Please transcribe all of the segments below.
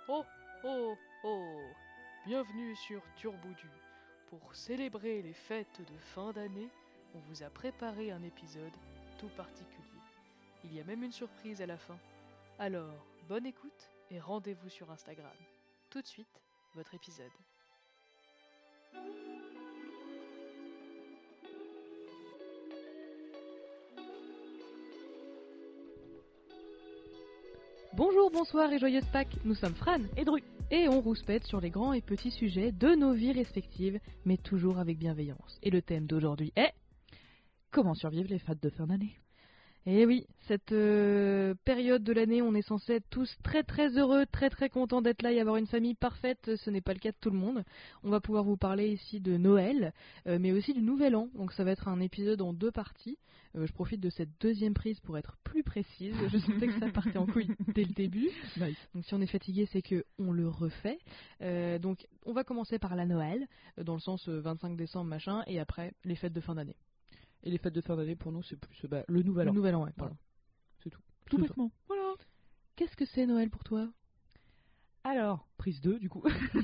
Oh, oh, oh! Bienvenue sur Turboudu. Pour célébrer les fêtes de fin d'année, on vous a préparé un épisode tout particulier. Il y a même une surprise à la fin. Alors, bonne écoute et rendez-vous sur Instagram. Tout de suite, votre épisode. Bonjour, bonsoir et joyeuse Pâques, nous sommes Fran et Dru, et on rouspète sur les grands et petits sujets de nos vies respectives, mais toujours avec bienveillance. Et le thème d'aujourd'hui est... Comment survivre les fêtes de fin d'année? Eh oui, cette période de l'année, on est censé être tous très très heureux, très très contents d'être là et avoir une famille parfaite. Ce n'est pas le cas de tout le monde. On va pouvoir vous parler ici de Noël, mais aussi du Nouvel An. Donc ça va être un épisode en deux parties. Je profite de cette deuxième prise pour être plus précise. Je sentais que ça partait en couille dès le début. Nice. Donc si on est fatigué, c'est que on le refait. Donc on va commencer par la Noël, dans le sens 25 décembre machin, et après les fêtes de fin d'année. Et les fêtes de fin d'année, pour nous, c'est plus le Nouvel An. Le Nouvel An, ouais, Voilà. pardon. C'est tout. Tout C'est bêtement. Voilà. Qu'est-ce que c'est Noël pour toi? Alors, prise 2, du coup.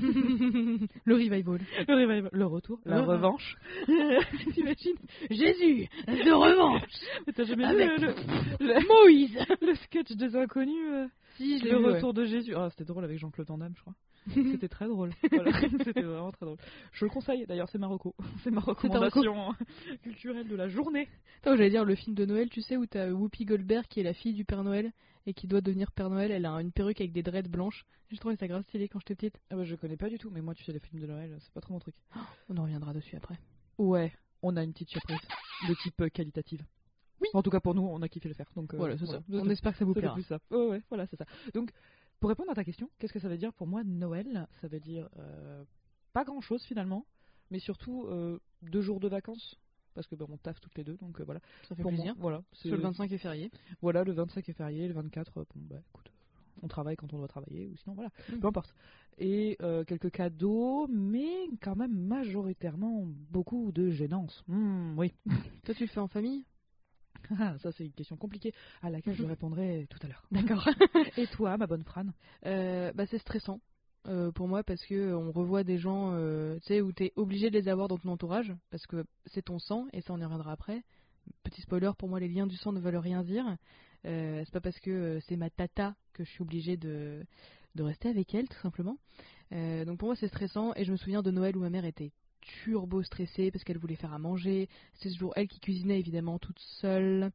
Le revival. Le revival, le retour, la revanche. T'imagines Jésus de revanche. Mais t'as jamais Avec vu Moïse. le sketch des inconnus Si, je l'ai Le vu, retour de Jésus. Ah, c'était drôle avec Jean-Claude Van Damme, je crois. C'était très drôle. Voilà. C'était vraiment très drôle. Je le conseille, d'ailleurs, c'est ma reco. C'est ma recommandation culturelle de la journée. Attends, j'allais dire le film de Noël, tu sais, où t'as Whoopi Goldberg qui est la fille du Père Noël et qui doit devenir Père Noël. Elle a une perruque avec des dreads blanches. J'ai trouvé ça grave stylé quand j'étais petite. Ah bah, je connais pas du tout, mais moi, tu sais, les films de Noël, c'est pas trop mon truc. On en reviendra dessus après. Ouais, on a une petite surprise de type qualitative. Oui. En tout cas, pour nous, on a kiffé le faire. Donc, Voilà, c'est ça. C'est On espère que ça vous C'est plaira. plus ça. Ouais, voilà, c'est ça. Donc, pour répondre à ta question, qu'est-ce que ça veut dire pour moi Noël? Ça veut dire pas grand-chose finalement, mais surtout 2 jours de vacances. Parce que on taffe toutes les deux, donc voilà. Ça fait Pour plaisir. moi, voilà. Parce que le 25 est férié. Voilà, le 25 est férié, le 24, écoute, on travaille quand on doit travailler, ou sinon voilà, peu importe. Et quelques cadeaux, mais quand même majoritairement beaucoup de gênance. Oui. Toi, tu le fais en famille? Ah, ça c'est une question compliquée à laquelle je répondrai tout à l'heure. D'accord. Et toi, ma bonne Fran? C'est stressant pour moi parce que on revoit des gens, tu sais, où t'es obligé de les avoir dans ton entourage parce que c'est ton sang et ça on y reviendra après. Petit spoiler, pour moi les liens du sang ne veulent rien dire. C'est pas parce que c'est ma tata que je suis obligée de rester avec elle tout simplement. Donc pour moi c'est stressant et je me souviens de Noël où ma mère était turbo stressée parce qu'elle voulait faire à manger. C'est toujours elle qui cuisinait évidemment toute seule.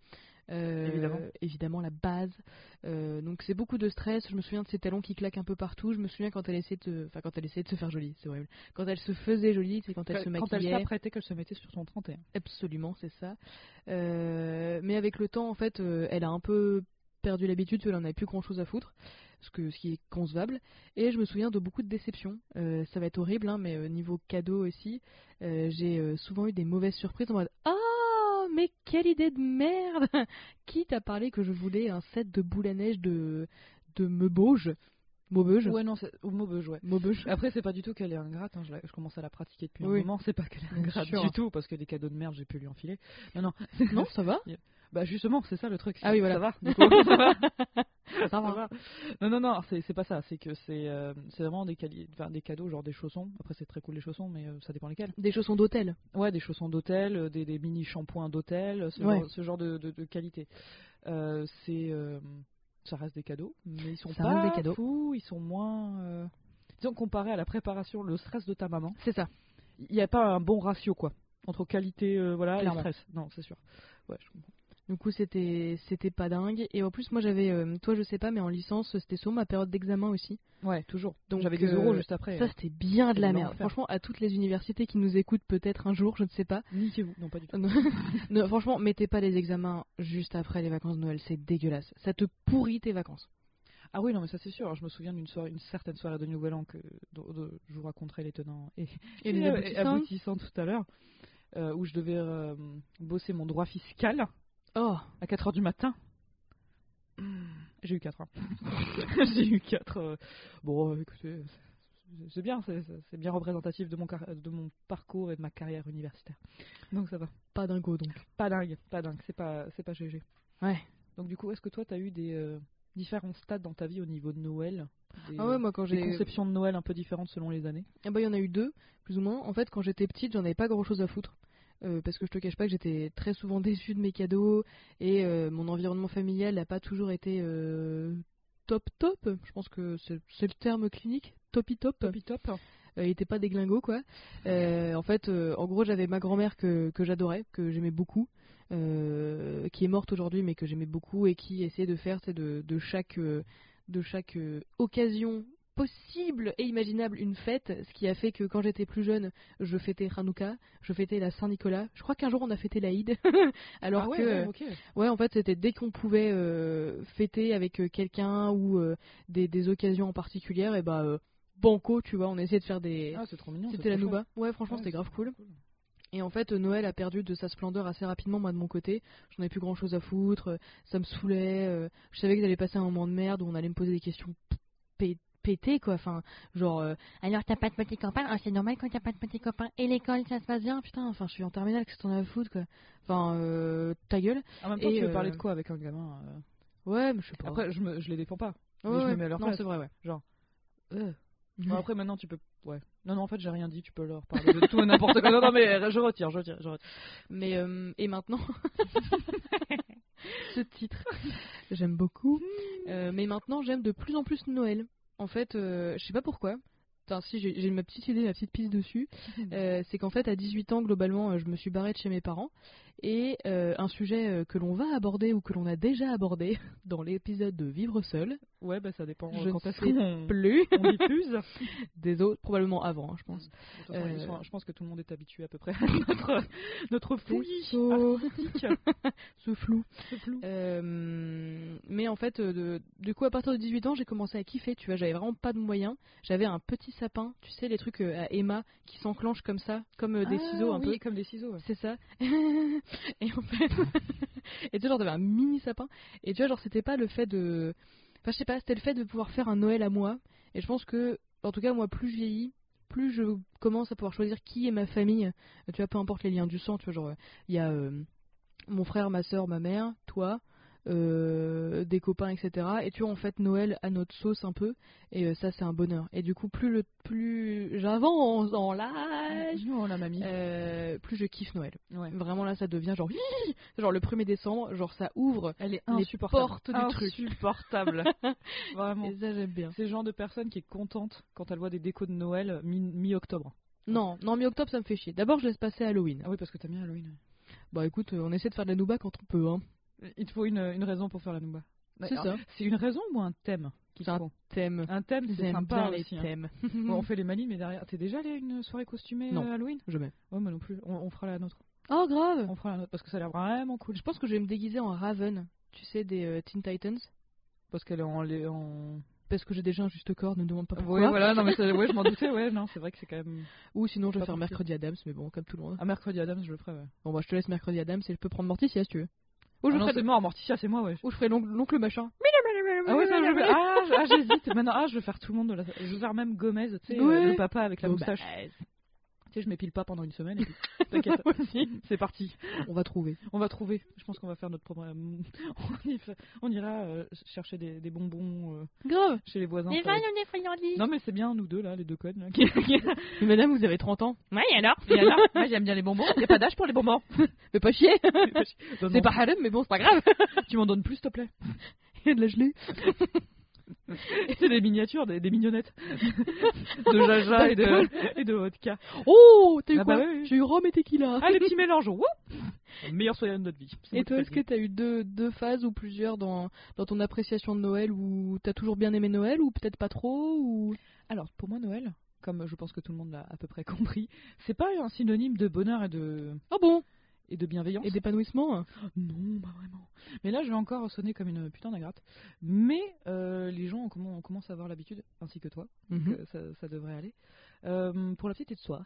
Évidemment la base. Donc c'est beaucoup de stress. Je me souviens de ses talons qui claquent un peu partout. Je me souviens quand elle essayait de se faire jolie, c'est horrible. Quand elle se faisait jolie, c'est quand elle se maquillait. Quand elle s'apprêtait qu'elle se mettait sur son 31. Absolument, c'est ça. Mais avec le temps, en fait, elle a un peu perdu l'habitude, elle en avait plus grand chose à foutre, ce qui est concevable. Et je me souviens de beaucoup de déceptions. Ça va être horrible, hein, mais niveau cadeau aussi, j'ai souvent eu des mauvaises surprises en mode « Ah, mais quelle idée de merde !» Qui t'a parlé que je voulais un set de boules à neige de Maubeuge? Maubeuge. Ouais, non, ou Maubeuge, ouais. Maubeuge. Après, c'est pas du tout qu'elle est ingrate, hein, je commence à la pratiquer depuis un Oui. moment, c'est pas qu'elle est ingrate sûr. du tout, parce que des cadeaux de merde, j'ai pu lui enfiler. Non. Non, ça va. Bah justement, c'est ça le truc. Ah oui, voilà. Ça va, du coup, ça va. Ça va. Non, c'est pas ça, c'est que c'est vraiment des cadeaux, genre des chaussons. Après, c'est très cool les chaussons, mais ça dépend lesquels. Des chaussons d'hôtel. Ouais, des chaussons d'hôtel, des mini shampoings d'hôtel, ce genre de qualité. Ça reste des cadeaux, mais ils sont Ça pas reste des cadeaux. fous, ils sont moins... Disons, comparé à la préparation, le stress de ta maman, C'est ça. il n'y a pas un bon ratio, quoi, entre qualité et Clairement. stress. Non, c'est sûr. Ouais, je comprends. Du coup, c'était pas dingue. Et en plus, moi, j'avais, toi, je sais pas, mais en licence, c'était sur ma période d'examen aussi. Ouais, toujours. Donc, j'avais des oraux juste après. Ça, c'était bien de la c'est merde. l'enfer. Franchement, à toutes les universités qui nous écoutent, peut-être un jour, je ne sais pas. Niquez-vous. Non, pas du tout. Non, franchement, mettez pas les examens juste après les vacances de Noël. C'est dégueulasse. Ça te pourrit tes vacances. Ah oui, non, mais ça c'est sûr. Alors, je me souviens d'une certaine soirée de Nouvel An dont je vous raconterai les tenants et les aboutissants tout à l'heure, où je devais bosser mon droit fiscal Oh, à 4h du matin. J'ai eu 4. Hein. J'ai eu 4. Bon, écoutez, c'est bien, c'est bien représentatif de mon parcours et de ma carrière universitaire. Donc ça va. pas dingo donc. Pas dingue, c'est pas GG. Ouais. Donc du coup, est-ce que toi t'as eu des différents stades dans ta vie au niveau de Noël Ah ouais, moi quand des j'ai. conceptions de Noël un peu différentes selon les années. Ah bah il y en a eu deux, plus ou moins. En fait, quand j'étais petite, j'en avais pas grand chose à foutre. Parce que je te cache pas que j'étais très souvent déçue de mes cadeaux et mon environnement familial n'a pas toujours été top top. Je pense que c'est le terme clinique, topi top. Topi top. Il était pas déglingo quoi. En fait, en gros, j'avais ma grand-mère que j'adorais, que j'aimais beaucoup, qui est morte aujourd'hui, mais que j'aimais beaucoup et qui essayait de faire de chaque occasion possible et imaginable une fête, ce qui a fait que quand j'étais plus jeune, je fêtais Hanouka, je fêtais la Saint-Nicolas. Je crois qu'un jour on a fêté l'Aïd, alors ah ouais, que ouais, ok. ouais, en fait, c'était dès qu'on pouvait fêter avec quelqu'un ou des occasions en particulier, et bah banco, tu vois, on essayait de faire des. Ah, c'est trop mignon. C'était la trop nouba. Ouais, franchement, chouette. c'était grave c'est cool. trop Et en fait, Noël a perdu de sa splendeur assez rapidement, moi de mon côté. J'en avais plus grand chose à foutre, ça me saoulait. Je savais que j'allais passer un moment de merde où on allait me poser des questions pétées, quoi. Enfin, genre, alors t'as pas de petits copains? Ah, c'est normal quand t'as pas de petits copains. Et l'école, ça se passe bien? Putain, enfin, je suis en terminale, qu'est-ce que t'en as à foutre, quoi. Enfin, ta gueule. En même temps, Et, tu veux parler de quoi avec un gamin Ouais, mais je sais pas. Après, je les défends pas. Ouais, Mais je me ouais. mets à leur Non, place. c'est vrai, ouais. Genre. Bon, après, maintenant, tu peux. Ouais. Non, en fait, j'ai rien dit. Tu peux leur parler de tout et n'importe quoi. Non, mais je retire. Mais, et maintenant. Ce titre, j'aime beaucoup. Mais maintenant, j'aime de plus en plus Noël. En fait, je sais pas pourquoi. Enfin, si, j'ai ma petite idée, ma petite piste dessus. C'est qu'en fait, à 18 ans, globalement, je me suis barrée de chez mes parents. Et un sujet que l'on va aborder ou que l'on a déjà abordé dans l'épisode de Vivre seul. Ouais, bah ça dépend Je quand ne est-ce sais qu'on plus. on diffuse. Des autres, probablement avant, hein, je pense. De toute façon, je pense que tout le monde est habitué à peu près à notre fouillis So- artistique. Ce flou. Ce flou. Mais en fait, du coup, à partir de 18 ans, j'ai commencé à kiffer. Tu vois, j'avais vraiment pas de moyens. J'avais un petit sapin, tu sais, les trucs à Emma qui s'enclenchent comme ça, comme des ciseaux un oui, peu. comme des ciseaux. Ouais. C'est ça. Et en fait, et tu vois, genre, t'avais un mini sapin. Et tu vois, genre, c'était pas le fait de. Enfin, je sais pas, c'était le fait de pouvoir faire un Noël à moi. Et je pense que, en tout cas, moi, plus je vieillis, plus je commence à pouvoir choisir qui est ma famille. Tu vois, peu importe les liens du sang, tu vois, genre, il y a mon frère, ma soeur, ma mère, toi, des copains, etc. Et tu vois, on fête Noël à notre sauce un peu. Et ça, c'est un bonheur. Et du coup, plus j'avance en l'âge, Oh la mamie. plus je kiffe Noël. Ouais. Vraiment, là, ça devient genre, genre le 1er décembre, genre ça ouvre Elle est les insupportable. portes du truc. Insupportable. Vraiment. Et ça, j'aime bien. C'est le genre de personne qui est contente quand elle voit des décos de Noël mi-octobre. Non, mi-octobre, ça me fait chier. D'abord, je laisse passer Halloween. Ah oui, parce que t'aimes bien Halloween. Bah écoute, on essaie de faire de la nouba quand on peut, hein. Il te faut une raison pour faire la nouba. C'est ça. C'est une raison ou un thème qu'il C'est un faut thème. Un thème, c'est J'aime sympa bien les aussi. Hein. thèmes. Bon, on fait les malines, mais derrière. T'es déjà allé à une soirée costumée Non. Halloween? Jamais. Ouais, moi non plus. On fera la nôtre. Oh, grave. On fera la nôtre parce que ça a l'air vraiment cool. Je pense que je vais me déguiser en Raven, tu sais, des Teen Titans. Parce qu'elle est en. Parce que j'ai déjà un juste corps, ne me demande pas pourquoi. Ouais, voilà, non, mais ouais, je m'en doutais, ouais, non, c'est vrai que c'est quand même. Ou sinon, je vais Pas faire compliqué. Mercredi Adams, mais bon, comme tout le monde. À mercredi Adams, je le ferai, ouais. Bon, bah, je te laisse Mercredi Adams et je peux prendre Morticia si tu veux. Ou Ah je non, ferai c'est mort, Morticia, c'est moi, ouais. Ou je ferai l'oncle machin. Ah ouais, ça, je vais. J'hésite. Maintenant, je vais faire tout le monde. Je vais faire même Gomez, tu sais, Ouais. le papa avec la Bon, moustache. bah, Tu sais, je m'épile pas pendant une semaine et puis. T'inquiète. C'est parti. on va trouver. On va trouver. Je pense qu'on va faire notre propre. On ira chercher des bonbons Grave. chez les voisins. Les ça va vannes, être- on est friandises. Non, mais c'est bien, nous deux, là, les deux connes. Là, Mais madame, vous avez 30 ans. Ouais, et alors Et alors, moi, j'aime bien les bonbons. Y a pas d'âge pour les bonbons. Fais pas chier. Non, C'est pas harem, mais bon, c'est pas grave. Tu m'en donnes plus, s'il te plaît. Il y a de la gelée. C'est des miniatures, des mignonnettes. De Jaja et de vodka. Oh, t'as eu Ah quoi bah oui, oui. J'ai eu rhum et tequila. Ah, les petits mélanges. Wouh, le meilleur soirée de notre vie. C'est Et vous toi, qui est-ce que faites. t'as eu deux phases ou plusieurs dans ton appréciation de Noël, où t'as toujours bien aimé Noël ou peut-être pas trop ou... Alors, pour moi, Noël, comme je pense que tout le monde l'a à peu près compris, c'est pas un synonyme de bonheur Oh bon et de bienveillance. Et d'épanouissement. Non, pas vraiment. Mais là, je vais encore sonner comme une putain d'ingrate. Mais les gens on commence à avoir l'habitude, ainsi que toi, donc ça devrait aller. Pour la petite histoire,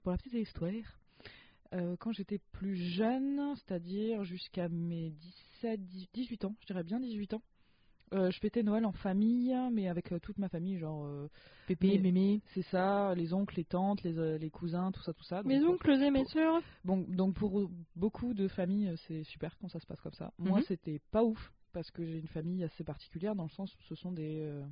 quand j'étais plus jeune, c'est-à-dire jusqu'à mes 18 ans, je dirais bien 18 ans, je fêtais Noël en famille, mais avec toute ma famille, genre... Pépé, mais- mémé. c'est ça, les oncles, les tantes, les cousins, tout ça. Donc, Mes oncles et mes sœurs. Bon, donc pour beaucoup de familles, c'est super quand ça se passe comme ça. Moi, Mhm. c'était pas ouf parce que j'ai une famille assez particulière dans le sens où ce sont des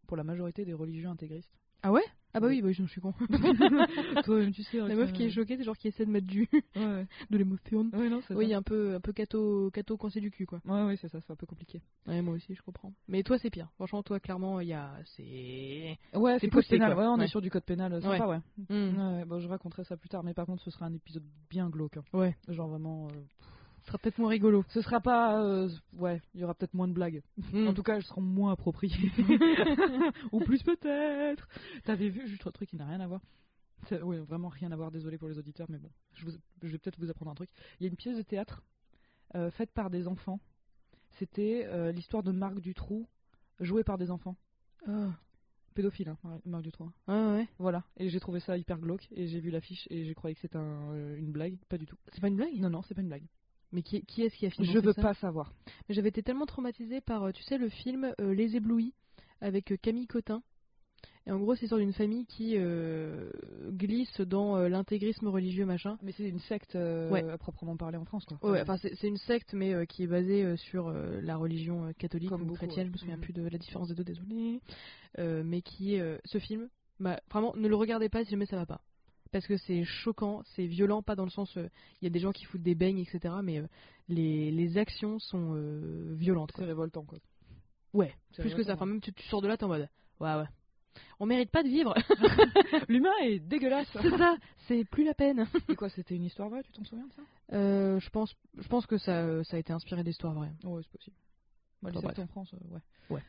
pour la majorité des religieux intégristes. Ah ouais? Ah bah Oui. oui, je suis con. Toi-même, tu sais. La meuf qui est choquée, c'est genre qui essaie de mettre Ouais, de l'émotion. ouais, non, c'est Oui, ça. un peu cato coincé du cul, quoi. Ouais, c'est ça, c'est un peu compliqué. Ouais, moi aussi, je comprends. Mais toi, c'est pire. Franchement, toi, clairement, c'est... Ouais, C'est c'est code poussé, pénal. quoi. Ouais, on Ouais. est sur du code pénal sympa, ouais. Mm. Ouais, bon, je raconterai ça plus tard, mais par contre, ce sera un épisode bien glauque. Hein. Ouais. Genre vraiment. Ce sera peut-être moins rigolo. Ce sera pas. Ouais, il y aura peut-être moins de blagues. Mm. En tout cas, elles seront moins appropriées. Ou plus peut-être. T'avais vu juste un truc qui n'a rien à voir. Oui, vraiment rien à voir, désolé pour les auditeurs, mais bon, je vais peut-être vous apprendre un truc. Il y a une pièce de théâtre faite par des enfants. C'était l'histoire de Marc Dutroux, jouée par des enfants. Ah. Pédophile, hein, Marc Dutroux. Ouais. Voilà, et j'ai trouvé ça hyper glauque, et j'ai vu l'affiche, et j'ai croyé que c'était une blague. Pas du tout. C'est pas une blague? Non, c'est pas une blague. Mais qui est-ce qui a finalement Je fait veux ça? pas savoir. Mais j'avais été tellement traumatisée par, tu sais, le film Les Éblouis, avec Camille Cotin. Et en gros, c'est sur une famille qui glisse dans l'intégrisme religieux, machin. Mais c'est une secte Ouais. à proprement parler en France, quoi. Ouais, enfin, c'est une secte, mais qui est basée sur la religion catholique Comme ou beaucoup, chrétienne, ouais. je me souviens Mhm. plus de la différence des deux, désolé. Mais qui est... ce film, bah, vraiment, ne le regardez pas si jamais ça va pas. Parce que c'est choquant, c'est violent, pas dans le sens... Il y a des gens qui foutent des beignes, etc. Mais les actions sont violentes, C'est quoi. révoltant, quoi. Ouais, C'est plus que ça. révoltant, Enfin, même tu sors de là, t'es en mode... Ouais. On mérite pas de vivre. L'humain est dégueulasse. C'est ça, c'est plus la peine. Et quoi, c'était une histoire vraie, tu t'en souviens de ça? Je pense que ça a été inspiré d'histoires vraies. Ouais, c'est possible. Bah, les Enfin, sectes bref. en France, ouais. Ouais.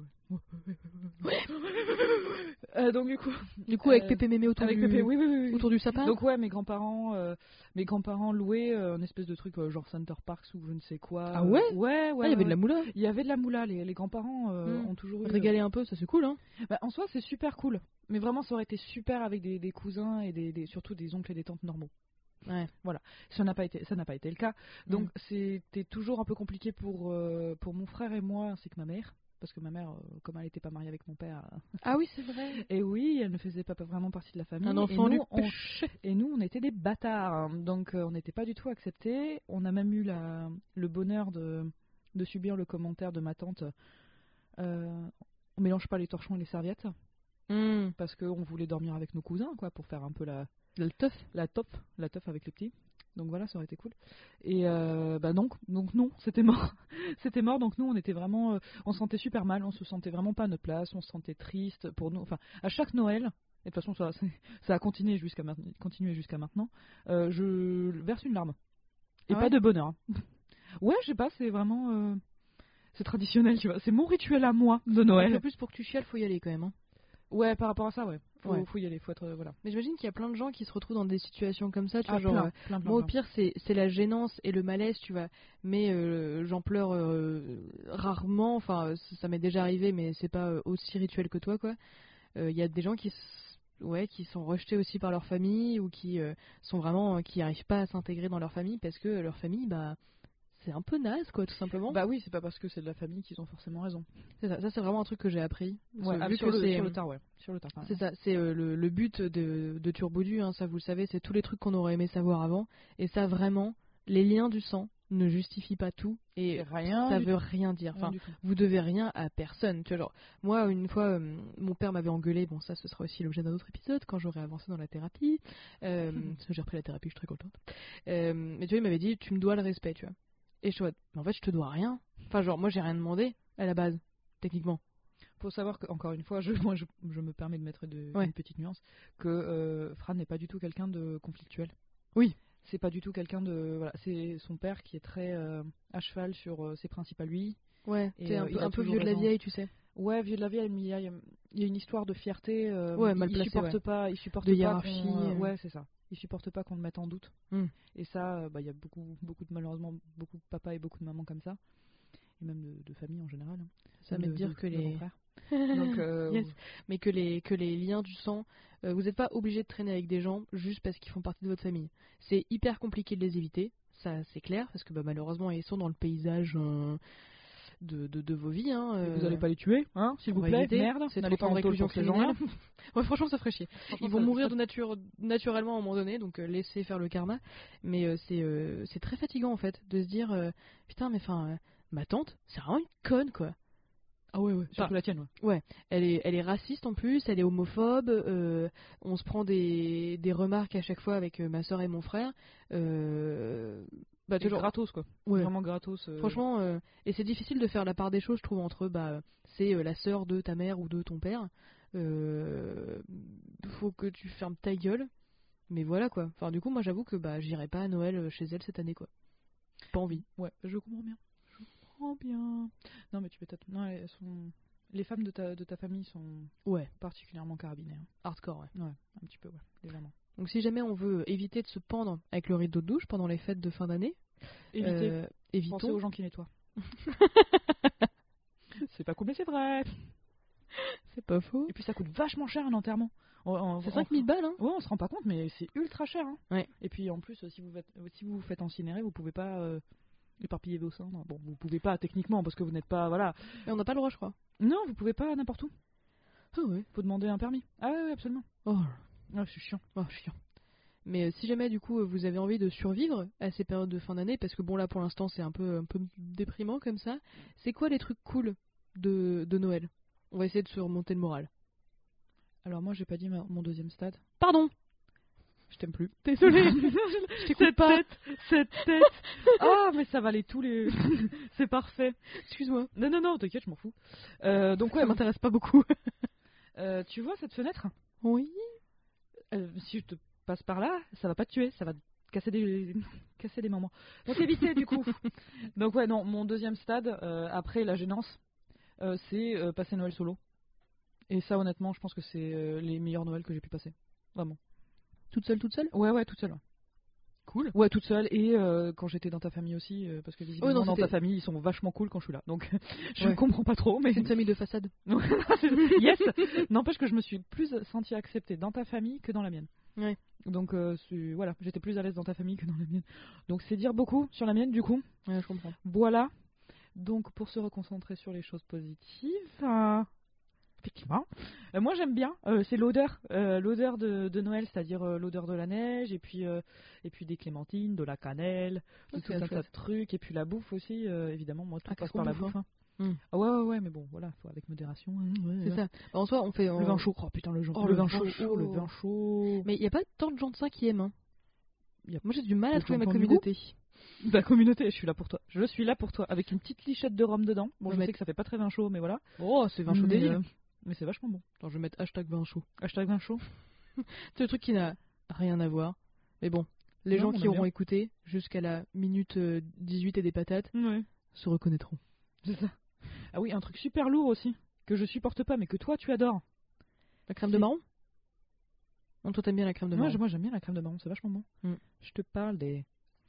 Donc du coup, avec Pépé Mémé autour avec du... Pépé, oui. autour du sapin. Donc ouais, mes grands-parents louaient un espèce de truc genre Center Parks ou je ne sais quoi. Ah ouais? Ouais. Ah, il y avait de la moula. Il y avait de la moula. Les grands-parents ont toujours eu. Régaler un peu, ça c'est cool, hein. Bah, en soi, c'est super cool. Mais vraiment, ça aurait été super avec des cousins et surtout des oncles et des tantes normaux. Ouais. Voilà, ça n'a pas été le cas. Donc c'était toujours un peu compliqué pour mon frère et moi ainsi que ma mère, parce que ma mère, comme elle n'était pas mariée avec mon père, Ah oui, c'est vrai. et oui, elle ne faisait pas vraiment partie de la famille. Un enfant et du nous, on était des bâtards, donc on n'était pas du tout acceptés. On a même eu le bonheur de subir le commentaire de ma tante. On mélange pas les torchons et les serviettes, parce qu'on voulait dormir avec nos cousins, quoi, pour faire un peu la teuf avec les petits. Donc voilà, ça aurait été cool. Et donc non, c'était mort. C'était mort, donc nous on était vraiment... on se sentait super mal, on se sentait vraiment pas à notre place, on se sentait triste pour nous. Enfin, à chaque Noël, et de toute façon ça a continué jusqu'à maintenant, je verse une larme. Et Ah pas ouais de bonheur. Hein. Ouais, je sais pas, c'est vraiment... c'est traditionnel, tu vois. C'est mon rituel à moi de Un Noël. peu plus pour que tu chiales, faut y aller quand même, hein. Ouais, par rapport à ça, ouais. Ouais. Faut y aller, faut être... voilà. Mais j'imagine qu'il y a plein de gens qui se retrouvent dans des situations comme ça, tu Ah, vois, genre... plein. Moi, au pire, c'est la gênance et le malaise, tu vois. Mais j'en pleure rarement. Enfin, ça m'est déjà arrivé, mais c'est pas aussi rituel que toi, quoi. Il y a des gens qui sont rejetés aussi par leur famille ou qui sont vraiment... qui arrivent pas à s'intégrer dans leur famille parce que leur famille, bah... c'est un peu naze, quoi, tout simplement. Bah oui, c'est pas parce que c'est de la famille qu'ils ont forcément raison. C'est ça, c'est vraiment un truc que j'ai appris. Ouais, Vu sur que le tard, ouais. Sur le tard. C'est ça, c'est le but de Turbodu, hein, ça vous le savez, c'est tous les trucs qu'on aurait aimé savoir avant. Et ça, vraiment, les liens du sang ne justifient pas tout. Et rien ça du veut rien dire. Rien Enfin, du tout. vous devez rien à personne. Tu vois, genre, moi, une fois, mon père m'avait engueulé. Bon, ça, ce sera aussi l'objet d'un autre épisode quand j'aurai avancé dans la thérapie. Parce que j'ai repris la thérapie, je suis très contente. Mais tu vois, il m'avait dit, tu me dois le respect, tu vois. Et je suis en mode, mais en fait, je te dois rien. Enfin, genre, moi, j'ai rien demandé à la base, techniquement. Faut savoir qu'encore une fois, je me permets de mettre une petite nuance, que Fran n'est pas du tout quelqu'un de conflictuel. Oui. C'est pas du tout quelqu'un de... Voilà, c'est son père qui est très à cheval sur ses principes à lui. Ouais, Et, c'est il a un peu toujours vieux de la raison. vieille, tu sais. Ouais, vieux de la vieille, mais il y a une histoire de fierté. Ouais, mal il placée, supporte ouais. pas, il supporte De pas hiérarchie, ouais, c'est ça. Il supporte pas qu'on le mette en doute. Et ça, il y a malheureusement beaucoup de papas et beaucoup de mamans comme ça. Et même de famille en général. Ça veut dire que les... Donc, yes. Mais que les liens du sang, vous n'êtes pas obligé de traîner avec des gens juste parce qu'ils font partie de votre famille. C'est hyper compliqué de les éviter, ça c'est clair, parce que malheureusement ils sont dans le paysage de vos vies. Hein, vous allez pas les tuer, hein, s'il vous plaît. Merde, c'est n'allez trop pas en réclusion tôle pour ces gens-là. Ouais, franchement ça ferait chier. Ils vont mourir naturellement à un moment donné, donc laissez faire le karma. Mais c'est très fatigant en fait de se dire putain mais enfin ma tante c'est vraiment une conne quoi. Ah ouais, surtout Enfin, la tienne, Elle est raciste en plus, elle est homophobe. On se prend des remarques à chaque fois avec ma soeur et mon frère. Bah, C'est gratos, quoi. Ouais. Vraiment gratos. Franchement, et c'est difficile de faire la part des choses, je trouve, entre c'est la sœur de ta mère ou de ton père. Faut que tu fermes ta gueule. Mais voilà quoi. Enfin, du coup, moi j'avoue que j'irai pas à Noël chez elle cette année quoi. Pas envie. Ouais, je comprends bien. Non, mais tu peux peut-être. Non, elles sont. Les femmes de ta famille sont particulièrement carabinées. Hein. Hardcore, ouais. Ouais, un petit peu, ouais, légèrement. Donc si jamais on veut éviter de se pendre avec le rideau de douche pendant les fêtes de fin d'année, évitons. Pensez aux gens qui nettoient. C'est pas cool, mais c'est vrai. C'est pas faux. Et puis ça coûte vachement cher un enterrement. C'est 5000 balles, hein. Ouais, on se rend pas compte, mais c'est ultra cher. Hein. Ouais. Et puis en plus, si vous vous faites incinérer, vous pouvez pas éparpiller vos cendres. Bon, vous pouvez pas techniquement parce que vous n'êtes pas, voilà. Mais on n'a pas le droit, je crois. Non, vous pouvez pas n'importe où. Ah ouais. Faut demander un permis. Ah ouais, absolument. Oh, Ah, c'est chiant. chiant. Mais si jamais du coup vous avez envie de survivre à ces périodes de fin d'année, parce que bon là pour l'instant c'est un peu déprimant comme ça, c'est quoi les trucs cool de Noël? On va essayer de se remonter le moral. Alors moi j'ai pas dit mon deuxième stade. Pardon. Je t'aime plus. Désolée. Je t'écoute pas. Cette tête. Ah mais ça valait tous les. C'est parfait. Excuse-moi. Non, t'inquiète, je m'en fous. Donc ouais, ça m'intéresse pas beaucoup. Tu vois cette fenêtre? Oui. Si je te passe par là, ça va pas te tuer, ça va te casser des moments. Donc éviter du coup. Donc ouais, non, mon deuxième stade, après la gênance, c'est passer Noël solo. Et ça honnêtement, je pense que c'est les meilleurs Noëls que j'ai pu passer. Vraiment. Toute seule? Ouais, toute seule. Ouais. Cool. Ouais, toute seule. Et quand j'étais dans ta famille aussi, parce que visiblement dans ta famille, ils sont vachement cool quand je suis là. Donc je comprends pas trop. Mais c'est une famille de façade. Yes. N'empêche que je me suis plus sentie acceptée dans ta famille que dans la mienne. Ouais. Donc voilà, j'étais plus à l'aise dans ta famille que dans la mienne. Donc c'est dire beaucoup sur la mienne du coup. Ouais, je comprends. Voilà. Donc pour se reconcentrer sur les choses positives, effectivement, moi j'aime bien. C'est l'odeur de Noël, c'est-à-dire l'odeur de la neige et puis des clémentines, de la cannelle, de tout un tas de trucs et puis la bouffe aussi. Évidemment, moi tout passe par la bouffe. Hein. Ah ouais, mais bon, voilà, faut avec modération. Hein, c'est ça. En soi, on fait le vin chaud. Oh putain, le vin chaud. Le vin chaud. Mais il y a pas tant de gens de ça qui aiment. Hein. Moi, j'ai du mal à trouver ma communauté. Ta communauté, je suis là pour toi. Je suis là pour toi, avec une petite lichette de rhum dedans. Bon, je sais que ça fait pas très vin chaud, mais voilà. Oh, c'est vin chaud des villes. Mais c'est vachement bon. Attends, je vais mettre #vin chaud. #vin chaud. C'est le truc qui n'a rien à voir. Mais bon, les gens qui auront écouté jusqu'à la minute 18 et des patates se reconnaîtront. C'est ça. Ah oui, un truc super lourd aussi, que je supporte pas, mais que toi tu adores. La crème de marron? Non, toi t'aimes bien la crème de marron. Moi j'aime bien la crème de marron, c'est vachement bon. Je te parle des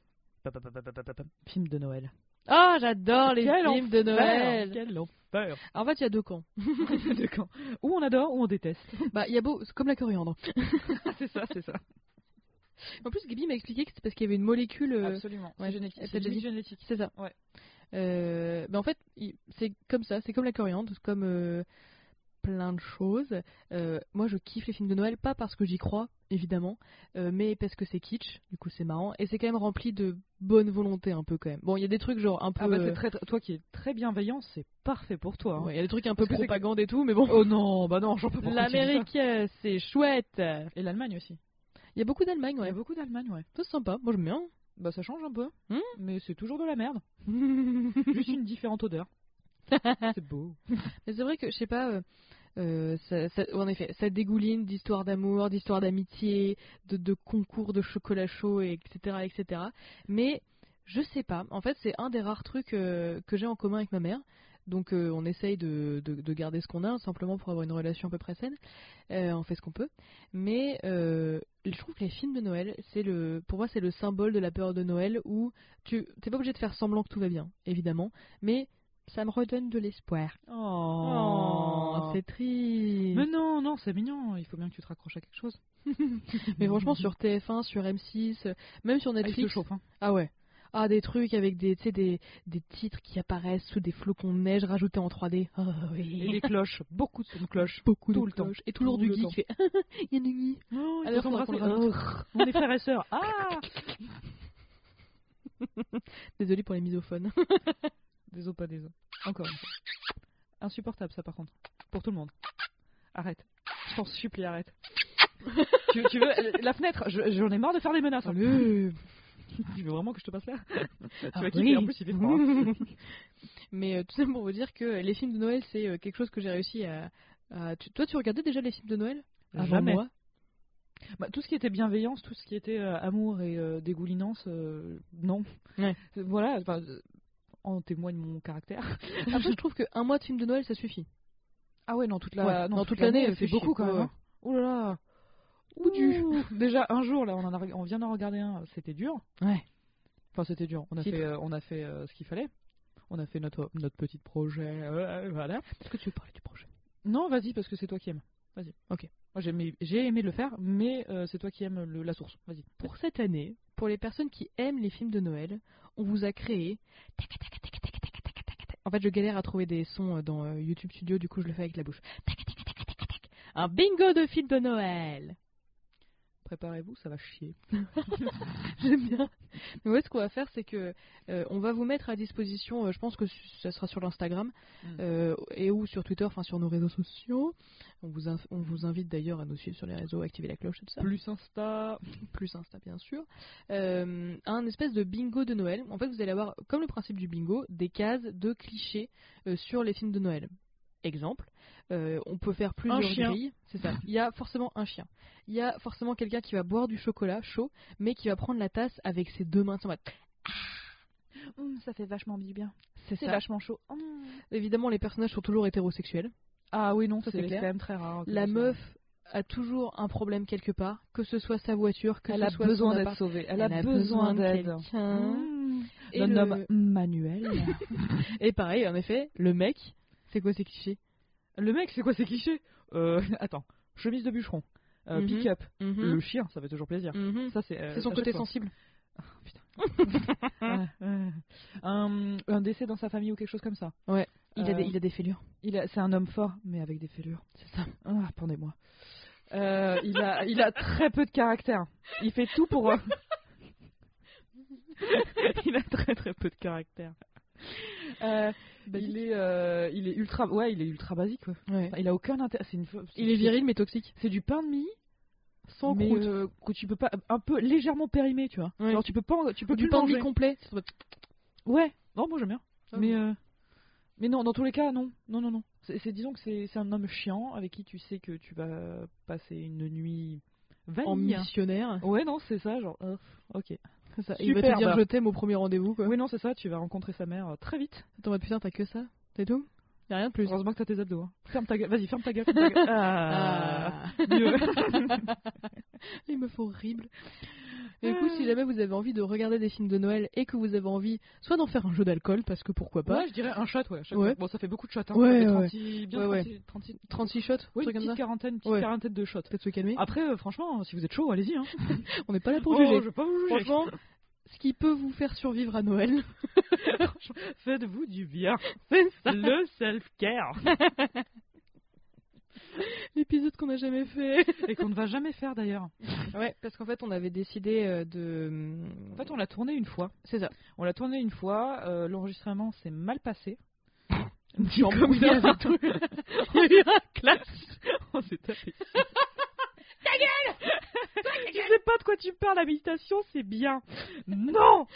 films de Noël. Oh, j'adore les films de Noël. Quel enfer. En fait, il y a deux camps. Ou on adore, ou on déteste. Il y a c'est comme la coriandre. c'est ça. En plus, Gaby m'a expliqué que c'était parce qu'il y avait une molécule. Absolument. Ouais, c'est génétique. C'est ça. Ouais. En fait, c'est comme ça. C'est comme la coriandre, c'est comme plein de choses. Moi, je kiffe les films de Noël, pas parce que j'y crois, évidemment, mais parce que c'est kitsch. Du coup, c'est marrant et c'est quand même rempli de bonne volonté un peu quand même. Bon, il y a des trucs genre un peu. C'est toi qui es très bienveillant, c'est parfait pour toi. Il y a des trucs un peu propagande et tout, mais bon. Oh non, j'en peux pas. L'Amérique, c'est chouette. Et l'Allemagne aussi. Il y a beaucoup d'Allemagne, ouais. Il y a beaucoup d'Allemagne, ouais. C'est sympa. Moi, j'aime bien. Ça change un peu, mais c'est toujours de la merde. Juste une différente odeur. C'est beau. Mais c'est vrai que, je sais pas, en effet, ça dégouline d'histoires d'amour, d'histoires d'amitié, de concours de chocolat chaud, etc. Mais, je sais pas, en fait, c'est un des rares trucs que j'ai en commun avec ma mère. Donc on essaye de garder ce qu'on a, simplement pour avoir une relation à peu près saine. On fait ce qu'on peut. Mais je trouve que les films de Noël, pour moi c'est le symbole de la période de Noël où t'es pas obligé de faire semblant que tout va bien, évidemment, mais ça me redonne de l'espoir. Oh, c'est triste. Mais non, c'est mignon, il faut bien que tu te raccroches à quelque chose. Mais franchement, sur TF1, sur M6, même sur Netflix... il se chauffe, hein. Ah ouais. Ah, des trucs avec des titres qui apparaissent sous des flocons de neige rajoutés en 3D. Oh, oui. Et des cloches, beaucoup de sons de cloches. Beaucoup tout de le cloches. temps. Et toujours du geek qui fait il y a une nuit. Oh, alors on est frères et sœurs. Ah. Désolée pour les misophones. Désolé, pas désolé. Encore une fois. insupportable ça par contre. Pour tout le monde. Arrête. Je t'en supplie, arrête. tu veux la fenêtre, j'en ai marre de faire des menaces. Allez. Tu veux vraiment que je te passe là? Tu Ah vas kiffer, en plus il fait froid. Mais tout ça pour vous dire que les films de Noël, c'est quelque chose que j'ai réussi à... Toi, tu regardais déjà les films de Noël avant Jamais. moi? Bah, tout ce qui était bienveillance, tout ce qui était amour et dégoulinance, non. Ouais. Voilà, en témoigne mon caractère. Après, je trouve qu'un mois de film de Noël, ça suffit. Ah ouais, non, toute l'année, c'est beaucoup quand même. Hein. Oh là là. Ouh. Déjà un jour là, on vient d'en regarder un, c'était dur. Ouais. Enfin c'était dur. On a fait ce qu'il fallait. On a fait notre petit projet. Voilà. Est-ce que tu veux parler du projet? Non, vas-y parce que c'est toi qui aimes. Vas-y. Ok. Moi j'ai aimé le faire, mais c'est toi qui aimes la source. Vas-y. Pour cette année, pour les personnes qui aiment les films de Noël, on vous a créé. En fait, je galère à trouver des sons dans YouTube Studio, du coup, je le fais avec la bouche. Un bingo de films de Noël. Préparez-vous, ça va chier. J'aime bien. Mais ouais, ce qu'on va faire, c'est que on va vous mettre à disposition, je pense que ça sera sur l'Instagram et ou sur Twitter, enfin sur nos réseaux sociaux. On vous invite d'ailleurs à nous suivre sur les réseaux, activer la cloche, tout ça. Plus Insta Bien sûr. Un espèce de bingo de Noël. En fait, vous allez avoir, comme le principe du bingo, des cases de clichés sur les films de Noël. Exemple, on peut faire plusieurs grilles. C'est ça. Il y a forcément un chien. Il y a forcément quelqu'un qui va boire du chocolat chaud, mais qui va prendre la tasse avec ses deux mains. Ça fait vachement bien. C'est ça. Vachement chaud. Évidemment, les personnages sont toujours hétérosexuels. Ah oui, non, ça c'est clair. quand même très rare. La meuf a toujours un problème quelque part, que ce soit sa voiture, que elle ce a soit besoin son d'être appart. sauvée. Elle a besoin d'aide. Et d'un homme manuel. Et pareil, en effet, le mec, c'est quoi ces clichés? Le mec, c'est quoi ces clichés? Attends, chemise de bûcheron, pick-up, le chien, ça fait toujours plaisir. Ça c'est son côté sensible. Oh, putain. Un décès dans sa famille ou quelque chose comme ça. Ouais. Il a des fêlures. C'est un homme fort, mais avec des fêlures. C'est ça. Ah, pendez-moi. Il a très peu de caractère. Il fait tout pour. Il a très très peu de caractère. Il est ultra basique. Quoi. Ouais. Enfin, il a aucun intérêt. Il est viril mais toxique. C'est du pain de mie. Sans mais croûte. Que tu peux pas, un peu légèrement périmé, tu vois. Ouais. Genre tu peux du plus pain de manger. mie complet. Ouais. Non, moi j'aime bien. Ah, Mais non, dans tous les cas, non. Disons que c'est un homme chiant avec qui tu sais que tu vas passer une nuit vanille. En missionnaire. Ouais, non, c'est ça, genre. Ok. C'est ça. Super, Il va te dire je t'aime au premier rendez-vous, quoi. Oui, non, c'est ça. Tu vas rencontrer sa mère très vite. Attends, putain, t'as que ça? C'est tout? Y'a rien de plus. Heureusement que t'as tes abdos. Hein. Ferme ta gueule. Vas-y, ferme ta gueule. Mieux. Les meufs horribles. Et du coup, si jamais vous avez envie de regarder des films de Noël et que vous avez envie soit d'en faire un jeu d'alcool, parce que pourquoi pas. Ouais, je dirais un shot, ouais. Bon, ça fait beaucoup de shots, hein. Ouais, ça fait 36 shots. Oui, une petite quarantaine de shots. Peut-être se calmer. Après, franchement, si vous êtes chaud, allez-y. Hein. On n'est pas là pour juger. Je vais pas vous juger. Franchement, ce qui peut vous faire survivre à Noël. Faites-vous du bien. Le self-care. L'épisode qu'on n'a jamais fait. Et qu'on ne va jamais faire d'ailleurs. Ouais, parce qu'en fait, on avait décidé de. En fait, on l'a tourné une fois. C'est ça. On l'a tourné une fois. L'enregistrement s'est mal passé. Tu embrouillé avec tout. On a eu un clash. On s'est tapé. Ta gueule! Je sais pas de quoi tu parles, la méditation, c'est bien. Non!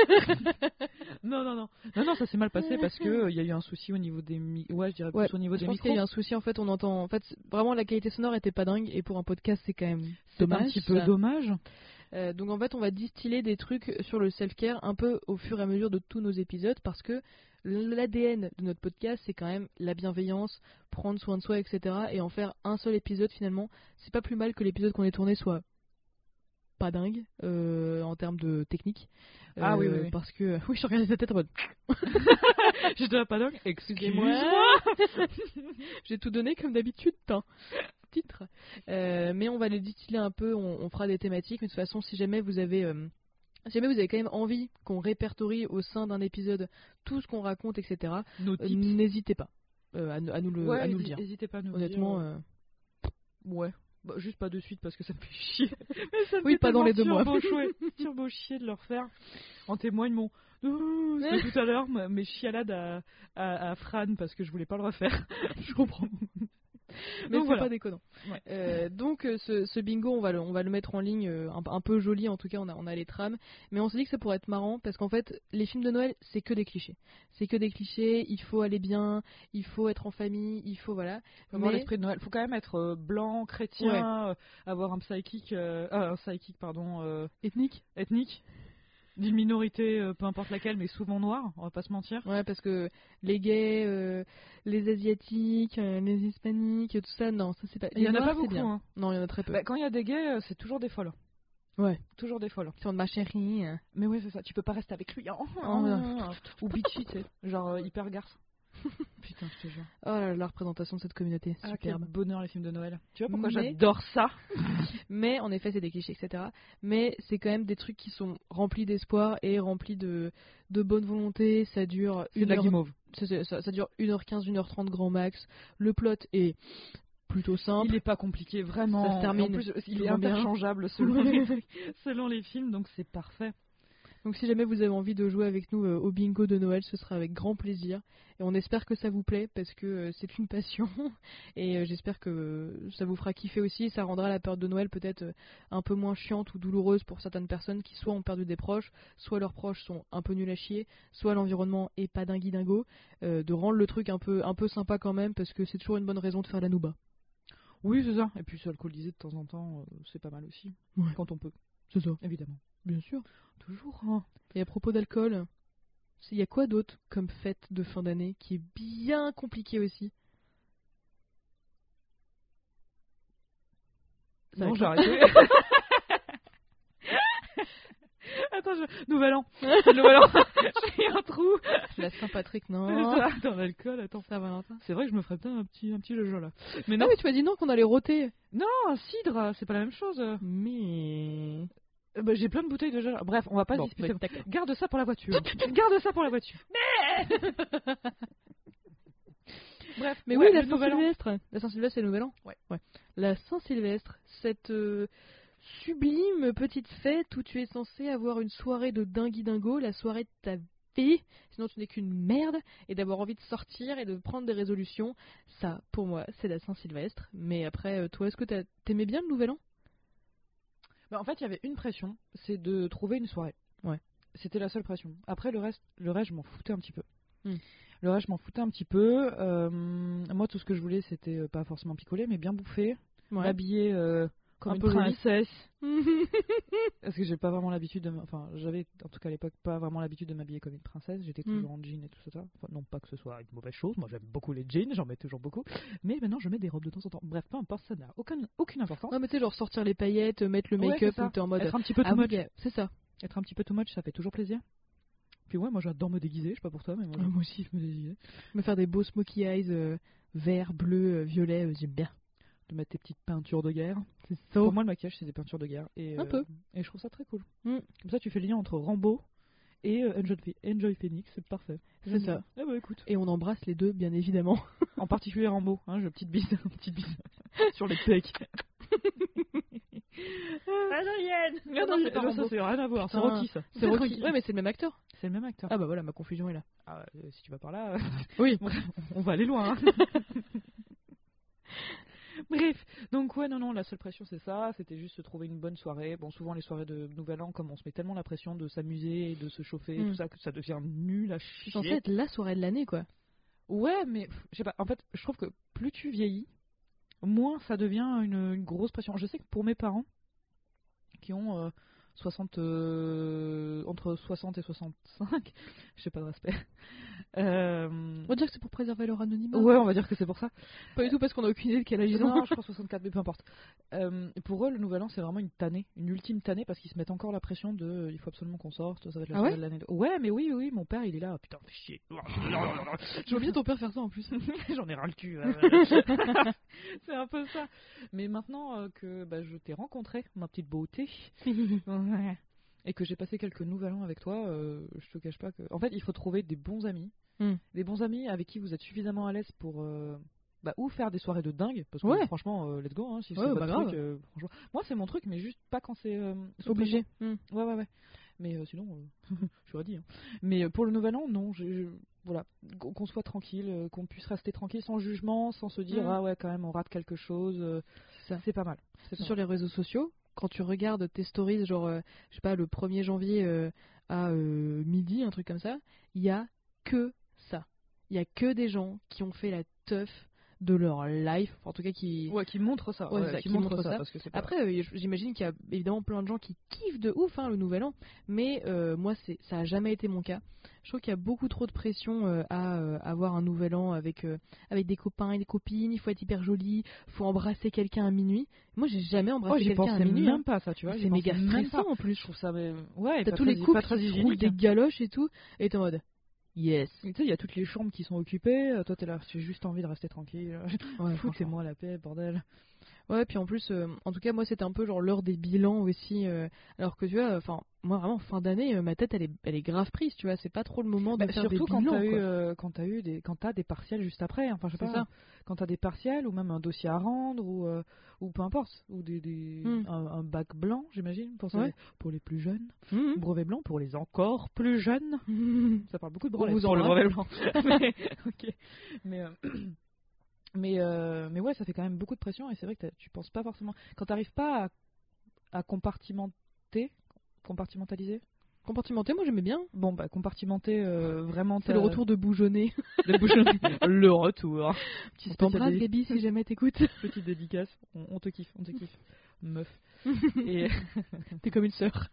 Non, ça s'est mal passé parce que il y a eu un souci au niveau des ouais, je dirais plus au niveau des micros. Je pense qu'il y a eu un souci, en fait, on entend. En fait, vraiment, la qualité sonore était pas dingue et pour un podcast, c'est quand même dommage. Un petit peu dommage. Donc en fait, on va distiller des trucs sur le self-care un peu au fur et à mesure de tous nos épisodes parce que l'ADN de notre podcast, c'est quand même la bienveillance, prendre soin de soi, etc. Et en faire un seul épisode, finalement, c'est pas plus mal que l'épisode qu'on ait tourné soit pas dingue en termes de technique. Oui. Parce que... Oui, je regardais ta tête en mode... J'étais pas dingue. Excusez-moi. J'ai tout donné comme d'habitude, titre. Mais on va les distiller un peu, on fera des thématiques, mais de toute façon, si jamais vous avez quand même envie qu'on répertorie au sein d'un épisode tout ce qu'on raconte, etc., n'hésitez pas à nous le dire. N'hésitez pas à nous Honnêtement, le dire. Ouais. Bah, juste pas de suite parce que ça me fait chier. Mais ça me oui, fait pas dans les 2 mois. Turbo chier de leur faire. En témoigne C'était tout à l'heure mes chialades à Fran parce que je voulais pas le refaire. Je comprends. Mais Donc, c'est voilà. pas déconnant. Ouais. Donc ce bingo, on va le mettre en ligne, un peu joli en tout cas, on a les trames. Mais on se dit que ça pourrait être marrant parce qu'en fait, les films de Noël, c'est que des clichés. C'est que des clichés, il faut aller bien, il faut être en famille, il faut voilà. Faut avoir l'esprit de Noël. Faut quand même être blanc, chrétien, avoir un psychique, Ethnique. ethnique, d'une minorité, peu importe laquelle, mais souvent noire, on va pas se mentir. Ouais, parce que les gays, les asiatiques, les hispaniques, tout ça, non, ça c'est pas. Il y en a Noirs, pas c'est beaucoup. bien. Hein. Non, il y en a très peu. Bah, quand il y a des gays, c'est toujours des folles. Ouais. Toujours des folles. Qui sont de ma chérie. Mais oui, c'est ça. Tu peux pas rester avec lui. Ou bitchy, tu sais. Genre hyper garce. Putain, je te jure. Oh là là, la représentation de cette communauté, Ah, superbe. quel bonheur les films de Noël. Tu vois pourquoi Mais- j'adore ça? Mais en effet, c'est des clichés, etc. Mais c'est quand même des trucs qui sont remplis d'espoir et remplis de bonne volonté. Ça dure C'est de la guimauve. ça dure 1h15, 1h30 grand max. Le plot est plutôt simple. Il est pas compliqué, vraiment. Ça se termine En plus, il est souvent bien. interchangeable selon les films, donc c'est parfait. Donc si jamais vous avez envie de jouer avec nous au bingo de Noël, ce sera avec grand plaisir. Et on espère que ça vous plaît parce que c'est une passion. Et j'espère que ça vous fera kiffer aussi. Ça rendra la période de Noël peut-être un peu moins chiante ou douloureuse pour certaines personnes qui soit ont perdu des proches, soit leurs proches sont un peu nuls à chier, soit l'environnement est pas dingo. De rendre le truc un peu sympa quand même parce que c'est toujours une bonne raison de faire la nouba. Oui, c'est ça. Et puis s'alcooliser de temps en temps, c'est pas mal aussi. Ouais. Quand on peut, C'est ça. évidemment. Bien sûr. Toujours. Hein. Et à propos d'alcool, il y a quoi d'autre comme fête de fin d'année qui est bien compliqué aussi? Ça Non, va j'ai arrêté. Attends, Nouvel An. Nouvel An. J'ai un trou. La Saint-Patrick, C'est non. ça. Dans l'alcool, attends. Saint-Valentin. C'est vrai que je me ferais bien un petit jojo là. Mais Ah non. mais tu m'as dit non qu'on allait roter. Non, un cidre, c'est pas la même chose. Mais... Bah, j'ai plein de bouteilles déjà. Bref, on va pas se Bon, disputer. d'accord. Garde ça pour la voiture. Garde ça pour la voiture. Bref, Mais ouais, oui, la le Nouvel An. Saint-Sylvestre. La Saint-Sylvestre, c'est le Nouvel An. Ouais. La Saint-Sylvestre, cette sublime petite fête où tu es censé avoir une soirée de dingo, la soirée de ta vie, sinon tu n'es qu'une merde, et d'avoir envie de sortir et de prendre des résolutions. Ça, pour moi, c'est la Saint-Sylvestre. Mais après, toi, est-ce que t'aimais bien le Nouvel An? Bah, en fait, il y avait une pression, c'est de trouver une soirée. Ouais. C'était la seule pression. Après, le reste, je m'en foutais un petit peu. Hmm. Le reste, je m'en foutais un petit peu. Moi, tout ce que je voulais, c'était pas forcément picoler, mais bien bouffer, m'habiller comme Un une peu jolie. princesse. Parce que j'ai pas vraiment l'habitude de... Enfin, j'avais, en tout cas à l'époque, pas vraiment l'habitude de m'habiller comme une princesse. J'étais toujours en jean et tout ça. Enfin, non pas que ce soit une mauvaise chose. Moi, j'aime beaucoup les jeans, j'en mets toujours beaucoup. Mais maintenant, je mets des robes de temps en temps. Bref, peu importe, ça n'a aucune importance. Non mais tu sais, genre sortir les paillettes, mettre le Ouais, make-up, c'est ça. où t'es en mode... Être un petit peu too Ah much. oui, c'est ça. Être un petit peu too much, ça fait toujours plaisir. Puis ouais, moi j'adore me déguiser, je sais pas pour toi, mais moi, Moi aussi, je me déguisais. Me faire des beaux smokey eyes, vert, bleu, violet, j'aime bien. de mettre tes petites peintures de guerre. C'est ça. Pour moi, le maquillage, c'est des peintures de guerre. Et, Un peu. Et je trouve ça très cool. Mm. Comme ça, tu fais le lien entre Rambo et Enjoy Phoenix, c'est parfait. C'est ça. Ah bah écoute. Et on embrasse les deux, bien évidemment. En particulier Rambo, hein, je petite bise sur les pecs. Adrienne Non, c'est pas Rambo. Ça, c'est rien à voir. C'est Putain. Rocky, ça. C'est Rocky. Ouais, mais c'est le même acteur. C'est le même acteur. Ah bah voilà, ma confusion est là. Ah, si tu vas par là, Oui. on va aller loin. Hein. Bref, donc ouais, non, la seule pression c'est ça, c'était juste se trouver une bonne soirée. Bon, souvent les soirées de Nouvel An, comme on se met tellement la pression de s'amuser et de se chauffer et tout ça, que ça devient nul à chier. C'est censé être la soirée de l'année, quoi. Ouais, mais je sais pas, en fait, je trouve que plus tu vieillis, moins ça devient une grosse pression. Je sais que pour mes parents, qui ont entre 60 et 65, je sais pas de respect. On va dire que c'est pour préserver leur anonymat. Ouais, on va dire que c'est pour ça. Pas du tout parce qu'on a aucune idée de quel âge ils ont. Non, je crois 64, mais peu importe. Pour eux, le Nouvel An, c'est vraiment une tannée, une ultime tannée, parce qu'ils se mettent encore la pression de il faut absolument qu'on sorte, ça va être la soirée de l'année. Ouais, mais oui, mon père, il est là, putain, fais chier. Je vois bien ton père faire ça en plus. J'en ai ras le cul. C'est un peu ça. Mais maintenant que je t'ai rencontré, ma petite beauté, et que j'ai passé quelques Nouvel An avec toi, je te cache pas que... En fait, il faut trouver des bons amis. Des bons amis avec qui vous êtes suffisamment à l'aise pour ou faire des soirées de dingue, parce que franchement let's go, hein, si c'est votre truc, franchement. Moi c'est mon truc, mais juste pas quand c'est obligé. Ouais. Mais sinon, je suis radie. Hein. Mais pour le nouvel an, non. Voilà, qu'on soit tranquille, qu'on puisse rester tranquille sans jugement, sans se dire ah ouais quand même on rate quelque chose. C'est pas mal. Sur les réseaux sociaux, quand tu regardes tes stories, genre je sais pas le 1er janvier à midi, un truc comme ça, il y a que ça. Il y a que des gens qui ont fait la teuf de leur life, en tout cas qui montrent ça. Qui montrent ça. Parce que pas... Après, j'imagine qu'il y a évidemment plein de gens qui kiffent de ouf le nouvel an, mais moi ça a jamais été mon cas. Je trouve qu'il y a beaucoup trop de pression à avoir un nouvel an avec des copains et des copines. Il faut être hyper joli, faut embrasser quelqu'un à minuit. Moi j'ai jamais embrassé quelqu'un à minuit. Même pas ça, tu vois. C'est méga stressant en plus. Je trouve ça ouais. T'as tous les couples qui se roulent des galoches et tout, et t'es en mode. Yes. Tu sais, il y a toutes les chambres qui sont occupées. Toi, t'es là, j'ai juste envie de rester tranquille. Ouais, foutez-moi la paix, bordel. Ouais, puis en plus, en tout cas, moi, c'était un peu genre l'heure des bilans aussi. Alors que tu vois, enfin, moi, vraiment, fin d'année, ma tête, elle est grave prise, tu vois. C'est pas trop le moment de faire des bilans. Surtout quand t'as des partiels juste après. Enfin, je sais pas. Quand t'as des partiels ou même un dossier à rendre ou peu importe. Ou un bac blanc, j'imagine, pour les plus jeunes. Brevet blanc pour les encore plus jeunes. Ça parle beaucoup de brevet. Pour le brevet blanc. Ok. Mais ouais, ça fait quand même beaucoup de pression et c'est vrai que tu penses pas forcément. Quand t'arrives pas à compartimenter, Compartimenter, moi j'aimais bien. Bon, bah compartimenter vraiment. C'est le retour de bougeonner. Le retour. Tu t'embrasses, Gabi, si jamais t'écoutes. Petite dédicace. On te kiffe, meuf. Et t'es comme une sœur.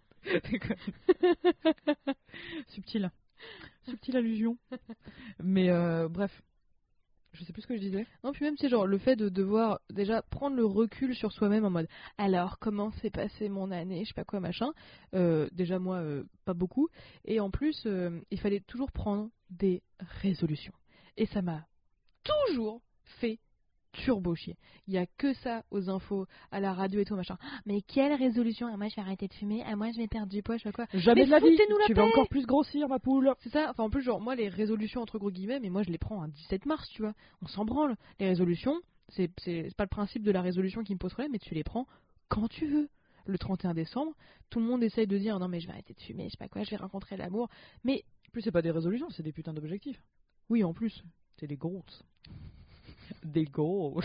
Subtile allusion. Mais bref. Je sais plus ce que je disais. Non, puis même, c'est genre le fait de devoir déjà prendre le recul sur soi-même en mode alors, comment s'est passée mon année, je sais pas quoi, machin. Déjà, moi, pas beaucoup. Et en plus, il fallait toujours prendre des résolutions. Et ça m'a toujours fait turbo chier. Il y a que ça aux infos, à la radio et tout, machin. Mais quelle résolution? Ah, moi, je vais arrêter de fumer. Ah, moi, je vais perdre du poids, je sais pas quoi. Jamais de la vie. Tu vas encore plus grossir, ma poule. C'est ça. Enfin, en plus, genre, moi, les résolutions, entre gros guillemets, mais moi, je les prends un 17 mars, tu vois. On s'en branle. Les résolutions, c'est pas le principe de la résolution qui me pose problème, mais tu les prends quand tu veux. Le 31 décembre, tout le monde essaye de dire non, mais je vais arrêter de fumer, je sais pas quoi, je vais rencontrer l'amour. Mais. En plus, c'est pas des résolutions, c'est des putains d'objectifs. Oui, en plus. C'est des goals. Des goals.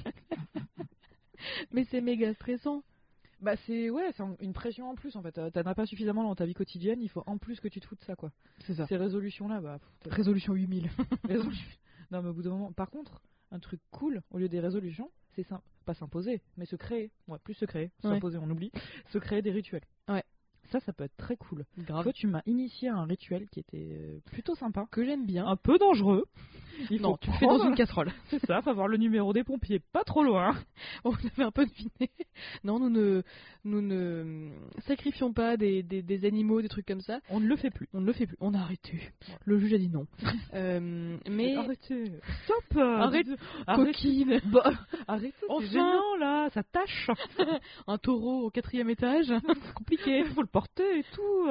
Mais c'est méga stressant. Bah c'est une pression en plus en fait. T'en as pas suffisamment dans ta vie quotidienne, il faut en plus que tu te foutes ça quoi. C'est ça. Ces résolutions là, résolution 8000. Non mais au bout d'un moment, par contre, un truc cool au lieu des résolutions, c'est pas s'imposer, mais se créer. Ouais, plus se créer, s'imposer on oublie, se créer des rituels. Ouais. Ça peut être très cool. Grave. Toi, tu m'as initié à un rituel qui était plutôt sympa. Que j'aime bien. Un peu dangereux. Tu le fais dans une casserole. C'est ça, faut avoir le numéro des pompiers pas trop loin. On avait un peu deviné. Non, nous ne sacrifions pas des animaux, des trucs comme ça. On ne le fait plus. On a arrêté. Ouais. Le juge a dit non. Mais arrêtez. Stop. Arrête. Coquine. Arrêtez. Enfin. C'est gênant là, ça tâche. Un taureau au 4e étage. C'est compliqué. Faut le porter et tout.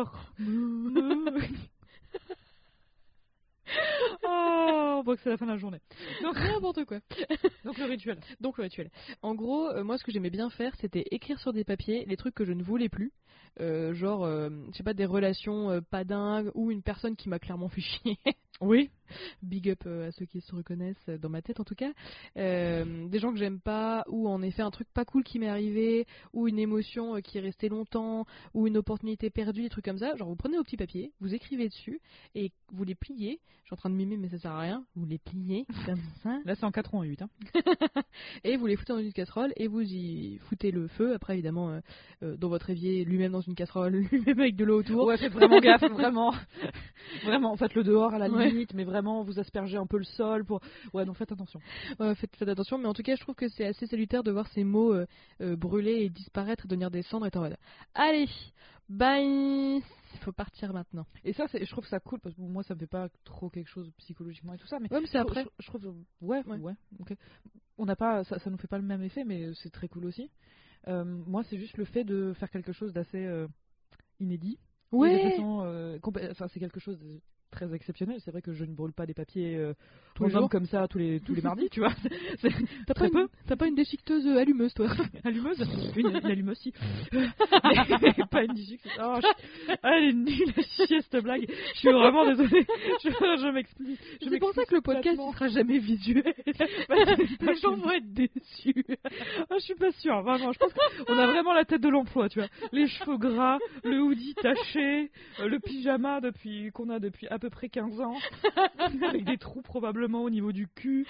Oh, on voit que c'est la fin de la journée. Donc n'importe quoi. Donc le rituel. En gros, moi ce que j'aimais bien faire, c'était écrire sur des papiers les trucs que je ne voulais plus. Je sais pas, des relations pas dingues ou une personne qui m'a clairement fait chier. Oui. Big up à ceux qui se reconnaissent dans ma tête en tout cas. Des gens que j'aime pas, ou en effet un truc pas cool qui m'est arrivé, ou une émotion qui est restée longtemps, ou une opportunité perdue, des trucs comme ça. Genre vous prenez vos petits papiers, vous écrivez dessus et vous les pliez. Je suis en train de mimer mais ça sert à rien. Vous les pliez comme ça. Là c'est en 88 hein. Et vous les foutez dans une casserole et vous y foutez le feu. Après évidemment dans votre évier, lui-même dans une casserole, lui-même avec de l'eau autour. Ouais, faites vraiment gaffe, vraiment. Vraiment, faites-le dehors à la limite, mais vraiment vous aspergez un peu le sol pour. Ouais, donc faites attention. Ouais, faites attention, mais en tout cas, je trouve que c'est assez salutaire de voir ces mots brûler et disparaître, devenir des cendres et en mode. Allez, bye. Il faut partir maintenant. Et ça, je trouve ça cool parce que moi, ça me fait pas trop quelque chose psychologiquement et tout ça, mais. Ouais, mais c'est après. Je trouve. Ouais, ok. On n'a pas, ça nous fait pas le même effet, mais c'est très cool aussi. Moi, c'est juste le fait de faire quelque chose d'assez inédit. Ouais. Enfin, c'est quelque chose très exceptionnel. C'est vrai que je ne brûle pas des papiers Tous en les homme jours. comme ça tous les mardis, tu vois. T'as pas, t'as pas une déchiqueteuse allumeuse, toi? Allumeuse, une allumeuse aussi. Mais pas une déchiqueteuse. Oh, elle est nulle à chier cette blague. Je suis vraiment désolée. Je m'explique. C'est pour ça que le podcast il sera jamais visuel. Les gens vont être déçus. Je suis pas sûre, vraiment. Je pense qu'on a vraiment la tête de l'emploi, tu vois. Les cheveux gras, le hoodie taché, le pyjama qu'on a depuis à peu près 15 ans, avec des trous probablement au niveau du cul.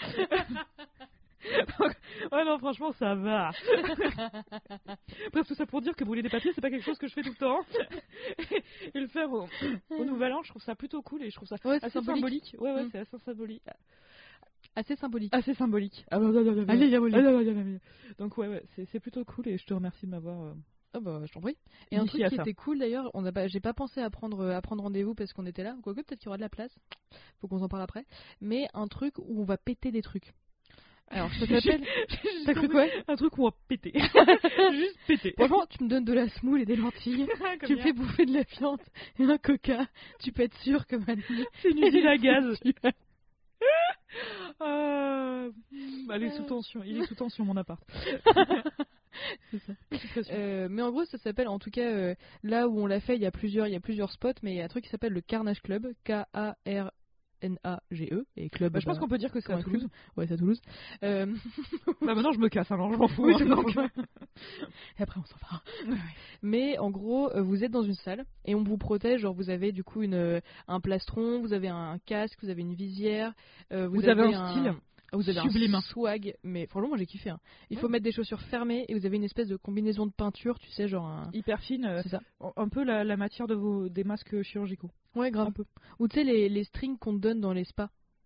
Ouais, non, franchement, ça va. Bref, tout ça pour dire que brûler des papiers, c'est pas quelque chose que je fais tout le temps. Et le faire au Nouvel An, je trouve ça plutôt cool et je trouve ça Ouais, c'est assez symbolique. Ouais, Mm. c'est assez symbolique. Assez symbolique. Assez symbolique. Allez, Yamoli. Donc ouais, c'est plutôt cool et je te remercie de m'avoir. Ah bah, je t'en prie. Et un Initié truc à qui ça. était cool d'ailleurs, j'ai pas pensé à prendre rendez-vous parce qu'on était là. Quoique peut-être qu'il y aura de la place. Faut qu'on en parle après. Mais un truc où on va péter des trucs. Alors ça s'appelle. T'as cru quoi? Un truc où on va péter. Juste péter. Franchement, tu me donnes de la semoule et des lentilles. Tu me fais bouffer de la viande et un coca. Tu peux être sûr que ma nuit. C'est une usine à gaz. Elle est sous tension. Il est sous tension mon appart. C'est ça. Mais en gros, ça s'appelle, en tout cas, là où on l'a fait, il y a plusieurs spots, mais il y a un truc qui s'appelle le Carnage Club, Karnage, et club. Je pense qu'on peut dire que c'est comme à un Toulouse. club. Ouais, c'est à Toulouse. Bah maintenant je me casse, alors je m'en fous. Oui, hein. c'est bon. Et après, on s'en va. Mais en gros, vous êtes dans une salle et on vous protège. Genre, vous avez du coup un plastron, vous avez un casque, vous avez une visière, Vous avez un style. Vous avez sublime. un swag, mais franchement, moi j'ai kiffé. Hein. Il faut Ouais. mettre des chaussures fermées et vous avez une espèce de combinaison de peinture, tu sais, genre un. Hyper fine. C'est ça. Un peu la matière des masques chirurgicaux. Ouais, grave. Un peu. Ou tu sais, les strings qu'on te donne dans les spas.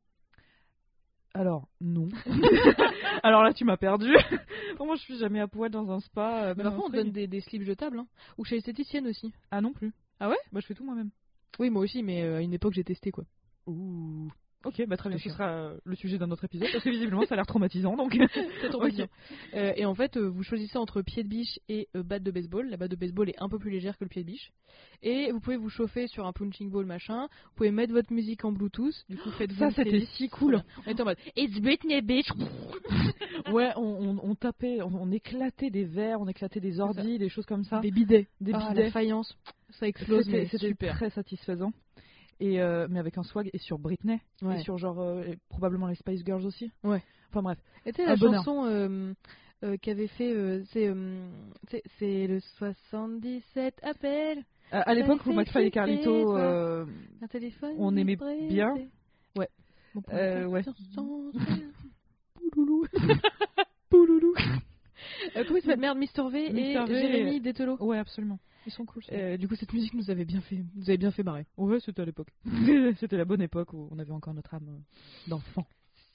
Alors, non. Alors là, tu m'as perdu. Moi, je suis jamais à poil dans un spa. Mais même parfois, en on string. donne des slips jetables. Hein. Ou chez l'esthéticienne aussi. Ah non plus. Ah ouais? Bah, je fais tout moi-même. Oui, moi aussi, mais à une époque, j'ai testé quoi. Ouh. Ok, bah très bien, C'est ce chiant. sera le sujet d'un autre épisode, parce que visiblement ça a l'air traumatisant, donc... C'est trop Ok. bien. Et en fait, vous choisissez entre pied de biche et batte de baseball. La batte de baseball est un peu plus légère que le pied de biche. Et vous pouvez vous chauffer sur un punching ball machin. Vous pouvez mettre votre musique en Bluetooth. Du coup, faites-vous Ça, une c'était playlist. si cool. On était en mode It's Britney bitch. Ouais, on tapait, on éclatait des verres, on éclatait des ordis, des choses comme ça. Des bidets. Des Ah, bidets. la faïence. Ça explose, mais C'était super. très satisfaisant. Et mais avec un swag, et sur Britney, Ouais. et sur genre probablement les Spice Girls aussi. Ouais. Enfin bref. Et tu sais, Un la bonheur. chanson qu'avait fait, c'est le 77 appel. À l'époque où McFly et Carlito, Un téléphone. on aimait vibré, bien. c'est- Ouais. Mon Ouais. Pouloulou. Pouloulou. Comment il s'appelle? Merde, Mister V et Mr. V Jérémy Detelo. Ouais, absolument. Ils sont cool. Du coup, cette musique nous avait bien fait marrer. Ouais, c'était à l'époque. C'était la bonne époque où on avait encore notre âme d'enfant.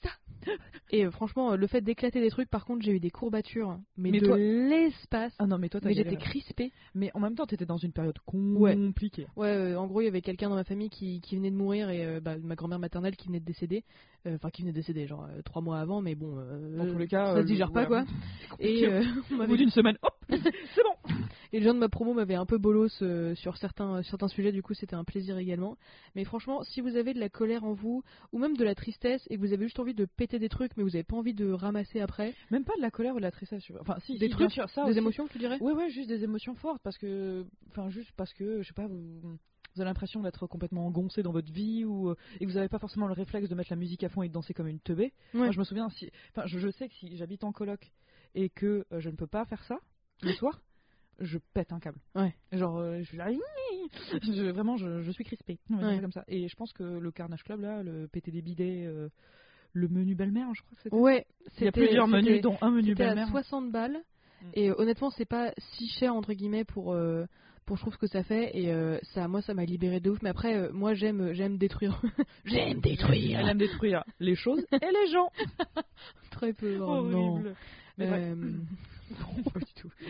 Et franchement, le fait d'éclater des trucs, par contre, j'ai eu des courbatures, mais Mais de toi- l'espace. Ah non, mais toi, t'as Mais j'étais galéré. crispée. Mais en même temps, t'étais dans une période Ouais. compliquée. Ouais, en gros, il y avait quelqu'un dans ma famille qui venait de mourir et ma grand-mère maternelle qui venait de décéder. Enfin, qui venait de décéder, genre 3 mois avant, mais bon. Dans tous les cas, ça se digère pas, voilà. quoi. Et on Au m'avait bout d'une semaine, hop, c'est bon. Et les gens de ma promo m'avaient un peu bolos sur certains sujets, du coup c'était un plaisir également. Mais franchement, si vous avez de la colère en vous, ou même de la tristesse, et que vous avez juste envie de péter des trucs, mais vous n'avez pas envie de ramasser après, Même pas de la colère ou de la tristesse. tu vois. Enfin, si, des si, trucs, bien sûr, ça des aussi. émotions, tu dirais? Ouais, juste des émotions fortes parce que, je sais pas, vous avez l'impression d'être complètement engoncé dans votre vie et que vous n'avez pas forcément le réflexe de mettre la musique à fond et de danser comme une teubée. Ouais. Moi, je me souviens, je sais que si j'habite en coloc et que je ne peux pas faire ça le soir, je pète un câble. Ouais. Genre, je suis là, vraiment, je suis crispée. Ouais. Comme ça. Et je pense que le Carnage Club, là, le péter des bidets, le menu belle-mère, je crois que c'était. Ouais, Il y a plusieurs menus, dont un menu c'était à belle-mère. 60 balles, et honnêtement, c'est pas si cher, entre guillemets, pour je trouve ce que ça fait, et moi ça m'a libéré de ouf. Mais après, moi j'aime détruire. J'aime détruire. Elle aime détruire les choses et les gens. Très peu. Oh, non. Horrible. Mais ouais. Non, pas du tout.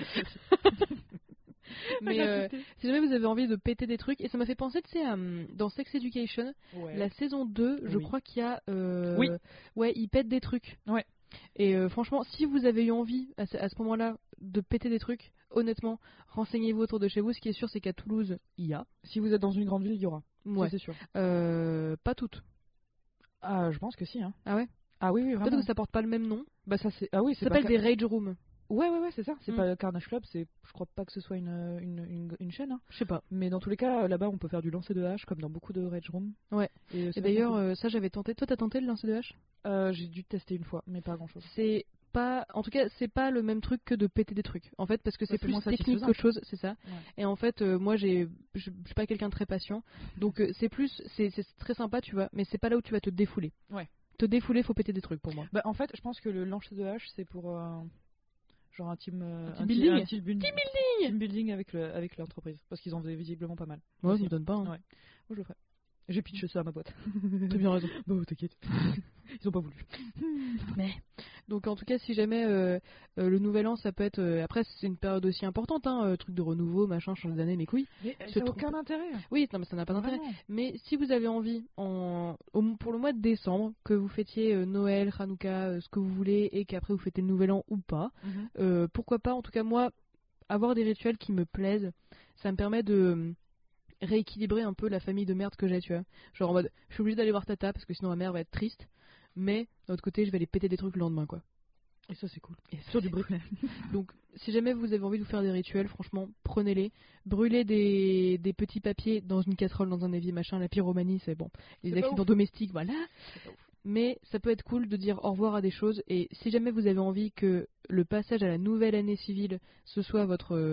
Mais si jamais vous avez envie de péter des trucs, et ça m'a fait penser, tu sais, dans Sex Education, Ouais. la saison 2, je Oui. crois qu'il y a. Oui. Ouais, ils pètent des trucs. Ouais. Et franchement, si vous avez eu envie à ce moment-là de péter des trucs, honnêtement, renseignez-vous autour de chez vous. Ce qui est sûr, c'est qu'à Toulouse, il y a. Si vous êtes dans une grande ville, il y aura. Ouais. Ça, c'est sûr. Pas toutes. Ah, je pense que si. Hein. Ah ouais. Ah oui, Peut-être vraiment. que ça porte pas le même nom. Bah ça c'est. Ah oui, Ça c'est s'appelle pas. des rage rooms. Ouais, c'est ça. C'est Mm. pas Carnage Club. Je crois pas que ce soit une chaîne. Hein. Je sais pas. Mais dans tous les cas, là-bas, on peut faire du lancer de hache comme dans beaucoup de rage rooms. Ouais. Et Et d'ailleurs, ça j'avais tenté. Toi, t'as tenté le lancer de hache? j'ai dû tester une fois, mais pas grand-chose. C'est pas, en tout cas, c'est pas le même truc que de péter des trucs. En fait, parce que c'est plus moins technique satisfaisant. qu'autre chose, c'est ça. Ouais. Et en fait, moi, je suis pas quelqu'un de très patient, donc c'est très sympa, tu vois. Mais c'est pas là où tu vas te défouler. Ouais. Te défouler, faut péter des trucs pour moi. Bah en fait, je pense que le lancer de hache, c'est pour genre un team building. team building avec l'entreprise, parce qu'ils en faisaient visiblement pas mal. Moi, Aussi. ça me donne pas. Hein. Ouais. Moi, je le ferai. J'ai pitché ça à ma boîte. T'as bien raison. Bah t'inquiète. Ils ont pas voulu. Mais donc en tout cas, si jamais le nouvel an, ça peut être. Après, c'est une période aussi importante, hein, truc de renouveau, machin, changer d'année, mais couilles. Mais Se ça n'a trompe. aucun intérêt. Oui, non, mais ça n'a pas d'intérêt. Vraiment. Mais si vous avez envie, pour le mois de décembre, que vous fêtiez Noël, Hanouka, ce que vous voulez, et qu'après vous fêtez le Nouvel An ou pas, pourquoi pas, en tout cas moi, avoir des rituels qui me plaisent, ça me permet de rééquilibrer un peu la famille de merde que j'ai, tu vois. Genre en mode, je suis obligée d'aller voir Tata, parce que sinon ma mère va être triste, mais d'un autre côté, je vais aller péter des trucs le lendemain, quoi. Et ça, c'est cool. Et ça, Sur c'est du Britney. Donc, si jamais vous avez envie de vous faire des rituels, franchement, prenez-les. Brûlez des petits papiers dans une casserole, dans un évier, machin. La pyromanie, c'est bon. Les C'est pas accidents ouf. domestiques, voilà. C'est pas ouf. Mais ça peut être cool de dire au revoir à des choses. Et si jamais vous avez envie que le passage à la nouvelle année civile, ce soit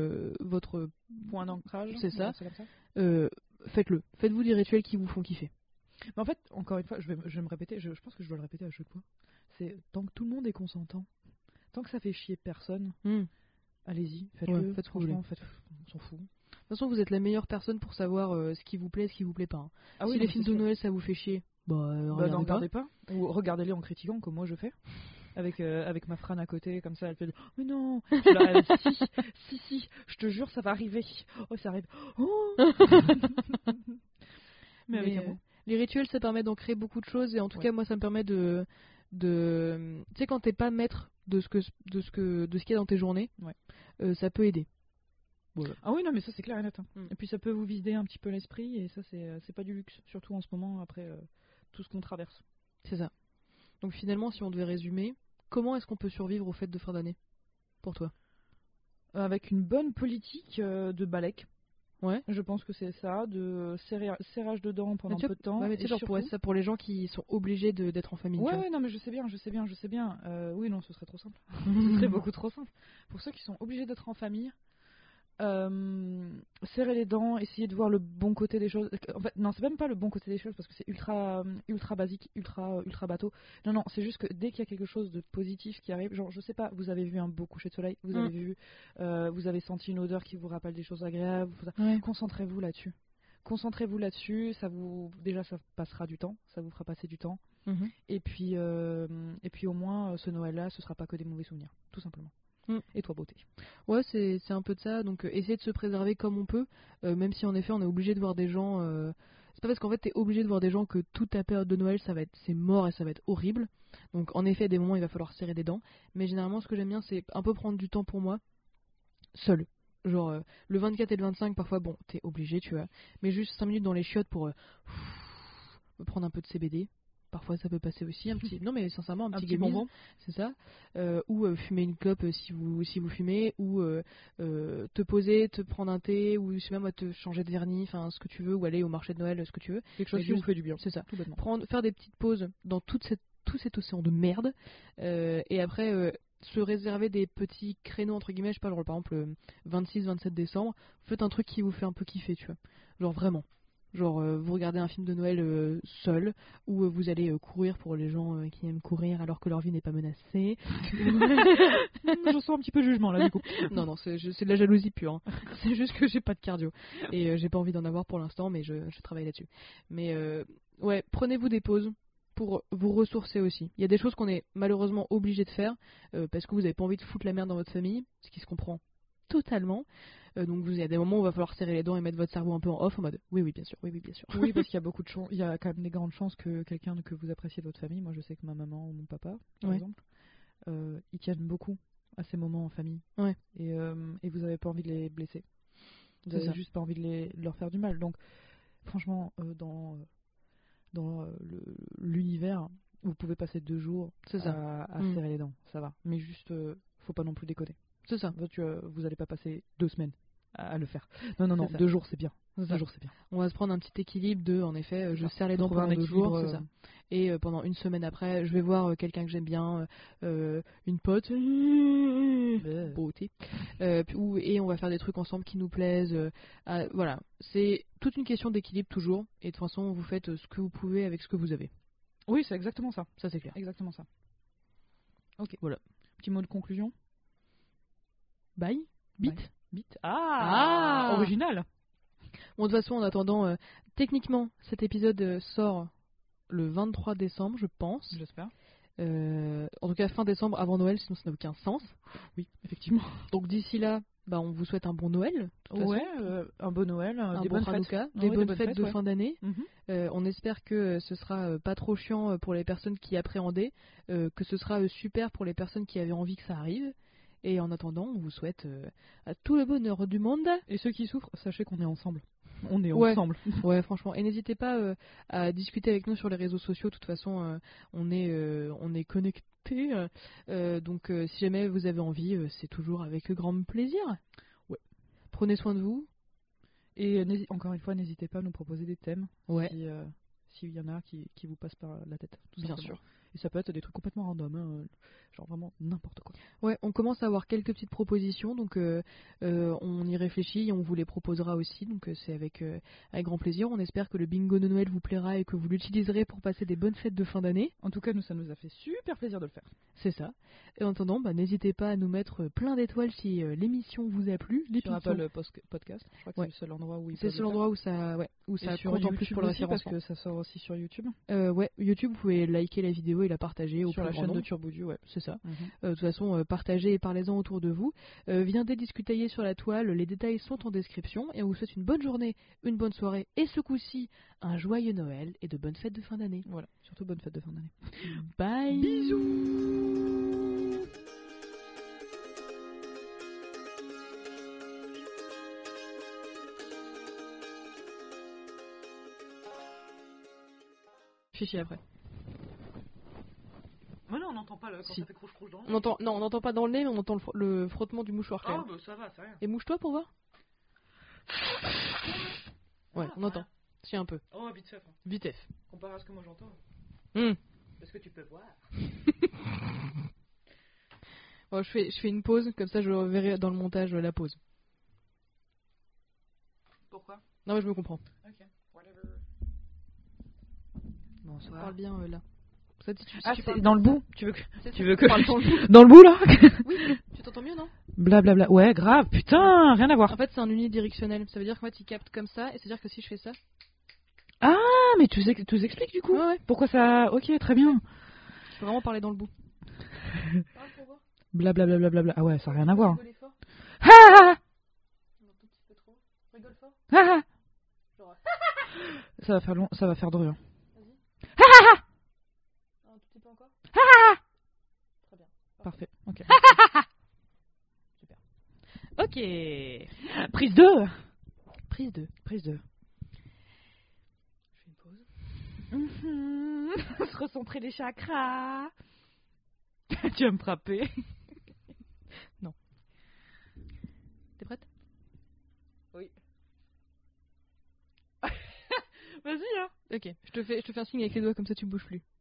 votre Point d'ancrage. C'est ça. C'est comme ça. faites-le. Faites-vous des rituels qui vous font kiffer. Mais en fait, encore une fois, je vais me répéter. Je pense que je dois le répéter à chaque fois. C'est tant que tout le monde est consentant, tant que ça fait chier personne, allez-y, faites-le. Ouais, faites ce que vous Franchement, on s'en fout. De toute façon, vous êtes la meilleure personne pour savoir ce qui vous plaît et ce qui vous plaît pas. Hein. Ah Si oui, les non, films c'est de sûr. Noël ça vous fait chier, N'en regardez pas. regardez pas. Ou regardez-les en critiquant, comme moi je fais. Avec ma frane à côté, comme ça, elle fait mais non. Je leur dis, si, je te jure, ça va arriver. Oh, ça arrive. Oh. mais avec amour. Les rituels, ça permet d'en créer beaucoup de choses et en tout cas, moi, ça me permet de tu sais, quand t'es pas maître de ce qu'il y a dans tes journées, ça peut aider. Voilà. Ah oui, non, mais ça c'est clair et net. Hein. Mm. Et puis ça peut vous vider un petit peu l'esprit et ça c'est pas du luxe, surtout en ce moment après tout ce qu'on traverse. C'est ça. Donc finalement, si on devait résumer, comment est-ce qu'on peut survivre aux fêtes de fin d'année pour toi? Avec une bonne politique de balèque. Ouais. Je pense que c'est ça, de serrage de dents pendant peu de temps. Ouais, mais tu sais, et genre surtout... pour les gens qui sont obligés d'être en famille. tu vois. Ouais, non, mais je sais bien. Oui, non, ce serait trop simple. Ce serait beaucoup trop simple. Pour ceux qui sont obligés d'être en famille, serrer les dents, essayer de voir le bon côté des choses. En fait, non, c'est même pas le bon côté des choses parce que c'est ultra basique, ultra bateau. Non, c'est juste que dès qu'il y a quelque chose de positif qui arrive, genre, je sais pas, vous avez vu un beau coucher de soleil, vous avez senti une odeur qui vous rappelle des choses agréables. Concentrez-vous là-dessus. Ça passera du temps, ça vous fera passer du temps. Et puis au moins, ce Noël-là, ce sera pas que des mauvais souvenirs, tout simplement. Et toi, beauté. Ouais, c'est un peu de ça. Donc, essayer de se préserver comme on peut, même si en effet, on est obligé de voir des gens. C'est pas parce qu'en fait, t'es obligé de voir des gens que toute ta période de Noël, c'est mort et ça va être horrible. Donc, en effet, à des moments, il va falloir serrer des dents. Mais généralement, ce que j'aime bien, c'est un peu prendre du temps pour moi, seul. Genre, le 24 et le 25, parfois, bon, t'es obligé, tu vois. Mais juste 5 minutes dans les chiottes pour prendre un peu de CBD. Parfois ça peut passer aussi un petit, non mais sincèrement un petit bonbon, c'est ça, ou fumer une clope si vous fumez, ou te poser, te prendre un thé, ou je sais pas moi, te changer de vernis, enfin ce que tu veux, ou aller au marché de Noël, ce que tu veux, quelque chose qui vous fait du bien, c'est ça, tout bêtement. Faire des petites pauses dans tout cet océan de merde, et après se réserver des petits créneaux entre guillemets, je sais pas, genre par exemple 26-27 décembre, faites un truc qui vous fait un peu kiffer, tu vois, genre vraiment. Genre, vous regardez un film de Noël seul, ou vous allez courir pour les gens qui aiment courir alors que leur vie n'est pas menacée. Je sens un petit peu de jugement là, du coup. Non, c'est de la jalousie pure. Hein. C'est juste que j'ai pas de cardio. Et j'ai pas envie d'en avoir pour l'instant, mais je travaille là-dessus. Mais ouais, prenez-vous des pauses pour vous ressourcer aussi. Il y a des choses qu'on est malheureusement obligé de faire parce que vous avez pas envie de foutre la merde dans votre famille, ce qui se comprend totalement. Donc il y a des moments où il va falloir serrer les dents et mettre votre cerveau un peu en off en mode oui bien sûr. Oui, parce qu'il y a beaucoup de il y a quand même des grandes chances que quelqu'un que vous appréciez de votre famille, moi je sais que ma maman ou mon papa par exemple, ils tiennent beaucoup à ces moments en famille. Ouais. Et vous avez pas envie de les blesser. Vous avez juste pas envie de leur faire du mal. Donc franchement, dans l'univers, vous pouvez passer 2 jours C'est ça. à serrer les dents, ça va. Mais juste, faut pas non plus déconner. C'est ça. Vous allez pas passer 2 semaines à le faire. Non, C'est ça. 2 jours c'est bien. C'est 2 ça. jours c'est bien. On va se prendre un petit équilibre de, en effet, je serre les dents Trouver pendant un 2 jours, équilibre, c'est ça. Et pendant une semaine après, je vais voir quelqu'un que j'aime bien, une pote, beauté, et on va faire des trucs ensemble qui nous plaisent. Voilà, c'est toute une question d'équilibre toujours, et de toute façon, vous faites ce que vous pouvez avec ce que vous avez. Oui, c'est exactement ça. Ça, c'est clair. Exactement ça. Ok. Voilà. Petit mot de conclusion. Bye. Bite. Bye. Bite. Ah, original. Bon, de toute façon, en attendant, techniquement, cet épisode sort le 23 décembre, je pense. J'espère. En tout cas, fin décembre, avant Noël, sinon ça n'a aucun sens. Oui, effectivement. Donc d'ici là, on vous souhaite un bon Noël. De toute façon. Un bon Noël, Un des bon bonnes fêtes. Hanouka, Ouais, des bonnes fêtes de ouais. fin d'année. Mhm. On espère que ce sera pas trop chiant pour les personnes qui appréhendaient, que ce sera super pour les personnes qui avaient envie que ça arrive. Et en attendant, on vous souhaite à tout le bonheur du monde. Et ceux qui souffrent, sachez qu'on est ensemble. On est Ouais. ensemble. Ouais, franchement. Et n'hésitez pas à discuter avec nous sur les réseaux sociaux. De toute façon, on est connectés. Donc, si jamais vous avez envie, c'est toujours avec grand plaisir. Ouais. Prenez soin de vous. Et encore une fois, n'hésitez pas à nous proposer des thèmes. Ouais. S'il y en a qui vous passent par la tête. Tout Bien simplement. sûr. Et ça peut être des trucs complètement random. Genre vraiment n'importe quoi. Ouais, on commence à avoir quelques petites propositions, donc on y réfléchit et on vous les proposera aussi, donc c'est avec grand plaisir. On espère que le bingo de Noël vous plaira et que vous l'utiliserez pour passer des bonnes fêtes de fin d'année. En tout cas, ça nous a fait super plaisir de le faire. C'est ça. Et en attendant, n'hésitez pas à nous mettre plein d'étoiles si l'émission vous a plu. Sur Apple Podcast, je crois que Ouais. c'est le seul endroit où C'est le seul endroit où ça et sur compte en YouTube plus pour le aussi, parce référencement. que ça sort aussi sur YouTube. Ouais, YouTube, vous pouvez liker la vidéo et la partager au Sur plus la grand chaîne de nombre. Turboudu, ouais. C'est ça. Mhm. De toute façon, partagez et parlez-en autour de vous. Viendez discuter sur la toile, les détails sont en description. Et on vous souhaite une bonne journée, une bonne soirée et ce coup-ci, un joyeux Noël et de bonnes fêtes de fin d'année. Voilà, surtout bonne fête de fin d'année. Bye. Bisous. Chichi après. Mais non, on n'entend pas quand Si. ça fait croche-croche dans le On n'entend pas dans le nez, mais on entend le frottement du mouchoir quand Ah, même. bah ça va, c'est rien. Et mouche-toi pour voir. Ouais, Ah, on entend. Si un peu. Oh, vite fait. Vitef. Comparé à ce que moi j'entends. Hmm. Est-ce que tu peux voir? Bon, je fais une pause, comme ça je verrai dans le montage la pause. Pourquoi? Non, mais je me comprends. Ok, whatever. On Bonsoir. parle bien là. Ça, si tu Ah, tu c'est parles dans le comme bout. Tu veux que ça, tu veux que parle dans le bout. dans le bout là? Oui, tu t'entends mieux, non? Blablabla. Ouais, grave. Putain, rien à voir. En fait, c'est un unidirectionnel. Ça veut dire qu'en fait, il capte comme ça, et c'est-à-dire que si je fais ça. Ah, mais tu nous expliques du coup. Ouais, ouais. Pourquoi ça? Ok, très bien. Je peux vraiment parler dans le bout. Parle pour voir. Blablabla. Ah ouais, ça n'a rien à voir. Rigoler fort. Ha ha Un tout petit peu trop. Rigole fort. ha ha. Genre, Ça va faire long, ça va faire drôle. vas-y. Ha Un tout petit peu encore. ha. Très bien. Parfait. Ok. Super. Ok. Prise 2. Prise 2. Prise 2. Je fais une pause. Se recentrer les chakras. Tu vas me frapper. T'es prête? Oui. Vas-y, hein. Ok. Je te fais un signe avec les doigts, comme ça tu bouges plus.